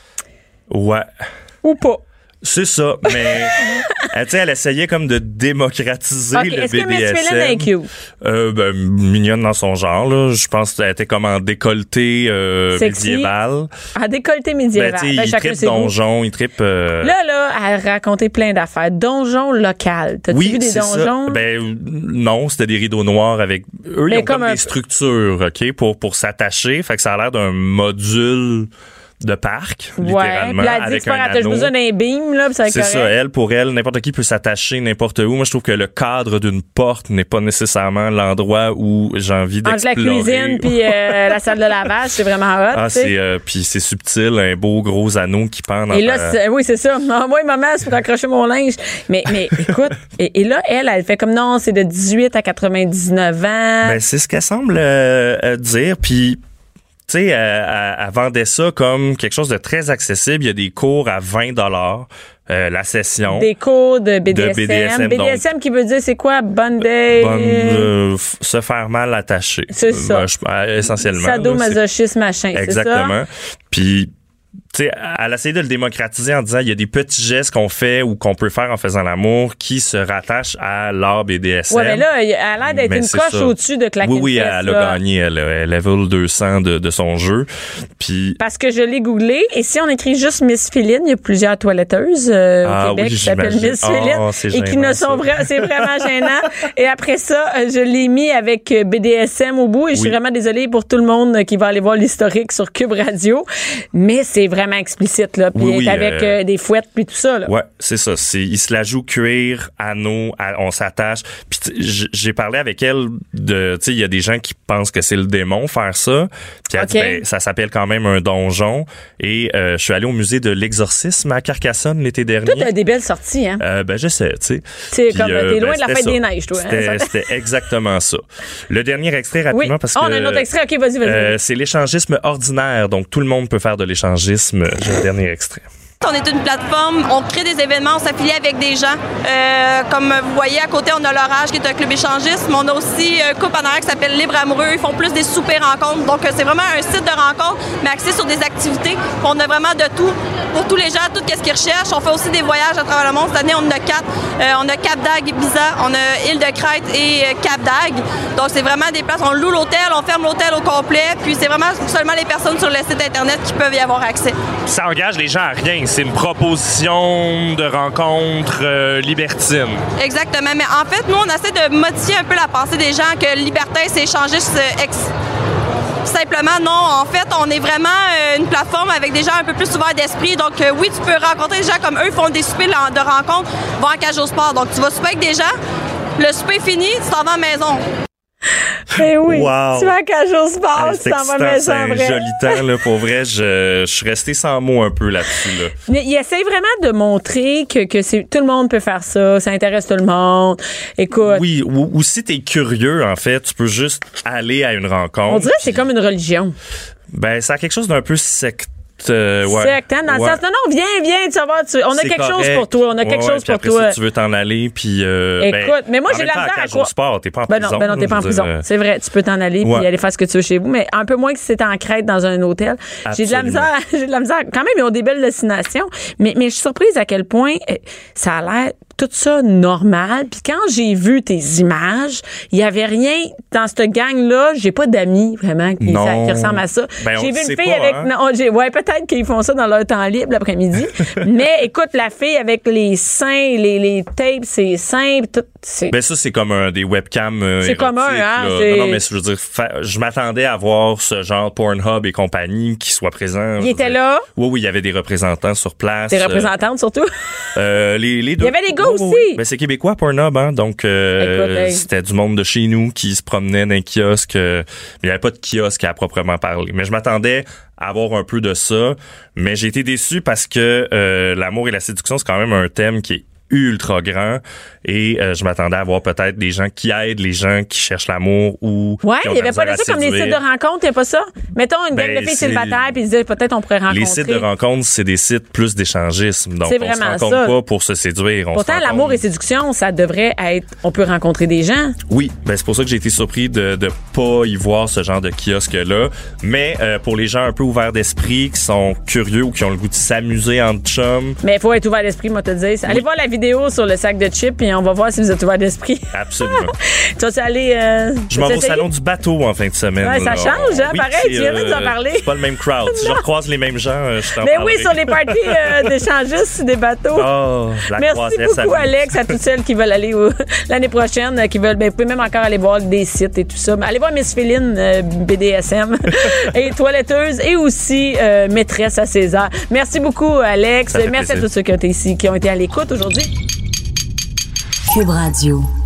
Ouais. Ou pas. C'est ça, mais elle, elle essayait comme de démocratiser okay, le est-ce B D S M. Est-ce que Miss Phelan est cute? Euh, ben, mignonne dans son genre, là. Je pense qu'elle était comme en décolleté euh, médiéval. En décolleté médiéval. Ben, ben, il trippe donjon, il trippe... Euh... Là, là, elle racontait plein d'affaires. Donjon local. T'as-tu oui, vu des donjons? Ça. Ben, non, c'était des rideaux noirs avec... Eux, ils ont comme, comme un... des structures, OK, pour, pour s'attacher. Fait que ça a l'air d'un module... de parc, ouais, littéralement, puis elle dit avec que un anneau. J'ai besoin d'un beam, là, puis ça va être C'est correct. ça, elle, pour elle, n'importe qui peut s'attacher n'importe où. Moi, je trouve que le cadre d'une porte n'est pas nécessairement l'endroit où j'ai envie d'explorer. Entre la cuisine puis euh, la salle de lavage, c'est vraiment hot. Ah, c'est, euh, puis c'est subtil, un beau gros anneau qui pend dans Et là, ta... c'est, oui, c'est ça. Ah, moi, maman, c'est pour accrocher mon linge. Mais, mais écoute, et, et là, elle, elle fait comme non, c'est de dix-huit à quatre-vingt-dix-neuf ans. Ben, c'est ce qu'elle semble euh, dire, puis... Tu sais, elle, elle vendait ça comme quelque chose de très accessible. Il y a des cours à vingt dollars euh, la session. Des cours de B D S M. De B D S M, B D S M donc, qui veut dire, c'est quoi? Bondage? Bonne, euh, f- se faire mal attaché. C'est ça. Ben, je, euh, essentiellement. Sadomasochisme, machin, exactement. Puis... Tu sais, elle essaie de le démocratiser en disant il y a des petits gestes qu'on fait ou qu'on peut faire en faisant l'amour qui se rattachent à l'art B D S M. Ouais, mais là, elle a l'air d'être mais une coche ça. Au-dessus de claquer Oui, oui, fesse, elle là. a gagné. Elle a level deux cents de, de son jeu. Puis... Parce que je l'ai googlé, et si on écrit juste Miss Phelan, il y a plusieurs toiletteuses euh, ah, au Québec oui, qui s'appellent Miss Phelan oh, et qui ne sont vraiment, c'est vraiment gênant. Et après ça, je l'ai mis avec B D S M au bout, et oui. Je suis vraiment désolée pour tout le monde qui va aller voir l'historique sur Cube Radio, mais c'est vraiment explicite, là. Puis oui, oui, avec euh, des fouettes puis tout ça, là. Ouais, c'est ça. C'est, il se la joue cuir, anneau, à, on s'attache. Puis j'ai parlé avec elle de, tu sais, il y a des gens qui pensent que c'est le démon faire ça. Puis elle okay. dit, ben, ça s'appelle quand même un donjon. Et euh, je suis allé au musée de l'exorcisme à Carcassonne l'été dernier. Toi, t'as des belles sorties, hein? Euh, ben, je sais, tu sais. C'est comme, euh, t'es loin ben, de la fête ça. Des neiges, toi. C'était, hein, c'était exactement ça. Le dernier extrait, rapidement, oui. parce oh, que... on a un autre extrait. OK, vas-y, vas-y. Euh, c'est l'échangisme ordinaire. Donc, tout le monde peut faire de l'échangisme. J'ai le dernier extrait. On est une plateforme, on crée des événements, on s'affilie avec des gens. Euh, comme vous voyez, à côté, on a l'Orage qui est un club échangiste, mais on a aussi un couple en arrière qui s'appelle Libre Amoureux. Ils font plus des soupers rencontres. Donc, c'est vraiment un site de rencontre, mais axé sur des activités. On a vraiment de tout pour tous les gens, tout ce qu'ils recherchent. On fait aussi des voyages à travers le monde. Cette année, on en a quatre. Euh, on a Cap d'Agde, Ibiza, on a Île de Crète et Cap d'Agde. Donc, c'est vraiment des places. On loue l'hôtel, on ferme l'hôtel au complet. Puis, c'est vraiment seulement les personnes sur le site Internet qui peuvent y avoir accès. Ça engage les gens à rien. C'est une proposition de rencontre euh, libertine. Exactement. Mais en fait, nous, on essaie de modifier un peu la pensée des gens que libertin, c'est échangiste ex... Simplement, non. En fait, on est vraiment euh, une plateforme avec des gens un peu plus ouverts d'esprit. Donc, euh, oui, tu peux rencontrer des gens comme eux, font des soupers de rencontre, vont en cage au sport. Donc, tu vas souper avec des gens, le souper est fini, tu t'en vas à la maison. Eh oui, wow. Tu vas à cage au sport, hey, tu t'en vas à la maison. C'est un joli temps, là, pour vrai. Je, je suis resté sans mots un peu là-dessus. Là. Mais il essaie vraiment de montrer que, que c'est, tout le monde peut faire ça, ça intéresse tout le monde. Écoute. Oui, ou, ou si t'es curieux, en fait, tu peux juste aller à une rencontre. On dirait que c'est comme une religion. Ben, ça a quelque chose d'un peu sectaire. Euh, ouais. Sectant, dans ouais. le sens, non, non, viens, viens, tu vas voir, tu, on a c'est quelque correct. chose pour toi, on a ouais, quelque ouais, chose pour après toi. Ça, tu veux t'en aller, puis euh, écoute, ben, mais moi, j'ai en de la même temps, misère à à quoi. au sport, t'es pas en ben prison. non, ben non, t'es pas en prison. Dire, c'est vrai, tu peux t'en aller ouais. puis aller faire ce que tu veux chez vous, mais un peu moins que si c'était en Crète dans un hôtel. Absolument. J'ai de la misère, j'ai de la misère. Quand même, ils ont des belles destinations, mais, mais je suis surprise à quel point ça a l'air tout ça normal. Puis quand j'ai vu tes images, il y avait rien dans cette gang-là. J'ai pas d'amis vraiment qui, ça, qui ressemblent à ça. Ben, j'ai vu une fille pas, avec, hein? non, j'ai, ouais, peut-être qu'ils font ça dans leur temps libre l'après-midi. Mais écoute, la fille avec les seins, les, les tapes, ses seins, tout. C'est... Ben ça, c'est comme un, des webcams. Euh, c'est commun, hein? C'est... Non, non, mais je veux dire, fa... je m'attendais à voir ce genre Pornhub et compagnie qui soit présent. Il était là? Oui, oui, il y avait des représentants sur place. Des représentantes, surtout? Euh, les, les deux. Il y avait des gars oh, aussi. Oui. Ben, c'est québécois, Pornhub, hein. Donc, euh, Écoute, hey. c'était du monde de chez nous qui se promenait dans un kiosque. Euh, mais il n'y avait pas de kiosque à proprement parler. Mais je m'attendais à avoir un peu de ça. Mais j'ai été déçu parce que euh, l'amour et la séduction, c'est quand même un thème qui est ultra grand et euh, je m'attendais à voir peut-être des gens qui aident les gens qui cherchent l'amour ou ouais, qui ont il y avait pas de ça séduire. comme les sites de rencontres, il n'y a pas ça? Mettons une gang ben, de filles célibataires puis ils disaient peut-être on pourrait rencontrer. Les sites de rencontres, c'est des sites plus d'échangisme. Donc c'est on vraiment se rencontre ça. pas pour se séduire. On Pourtant, se l'amour et séduction, ça devrait être on peut rencontrer des gens. Oui, ben c'est pour ça que j'ai été surpris de de pas y voir ce genre de kiosque-là. Mais euh, pour les gens un peu ouverts d'esprit, qui sont curieux ou qui ont le goût de s'amuser entre chums. Mais il faut être ouvert d'esprit, moi te dire. Allez oui. voir la vidéo sur le sac de chips et on va voir si vous êtes ouvert d'esprit. Absolument. tu vas aller. Euh, je m'en vais au salon du bateau en fin de semaine. Ouais, ça change, hein? Oui, pareil, tu viens de nous en parler. C'est pas le même crowd. Si je recroise les mêmes gens, euh, je t'en Mais parlerai. oui, sur les parties euh, d'échangistes sur des bateaux. Oh, la Merci beaucoup, Alex, à toutes celles qui veulent aller où, l'année prochaine, euh, qui veulent. Ben, vous pouvez même encore aller voir des sites et tout ça. Mais allez voir Miss Féline, euh, B D S M, et toiletteuse, et aussi euh, maîtresse à César. Merci beaucoup, Alex. Merci plaisir. À tous ceux qui ont été ici, qui ont été à l'écoute aujourd'hui. Cube Radio.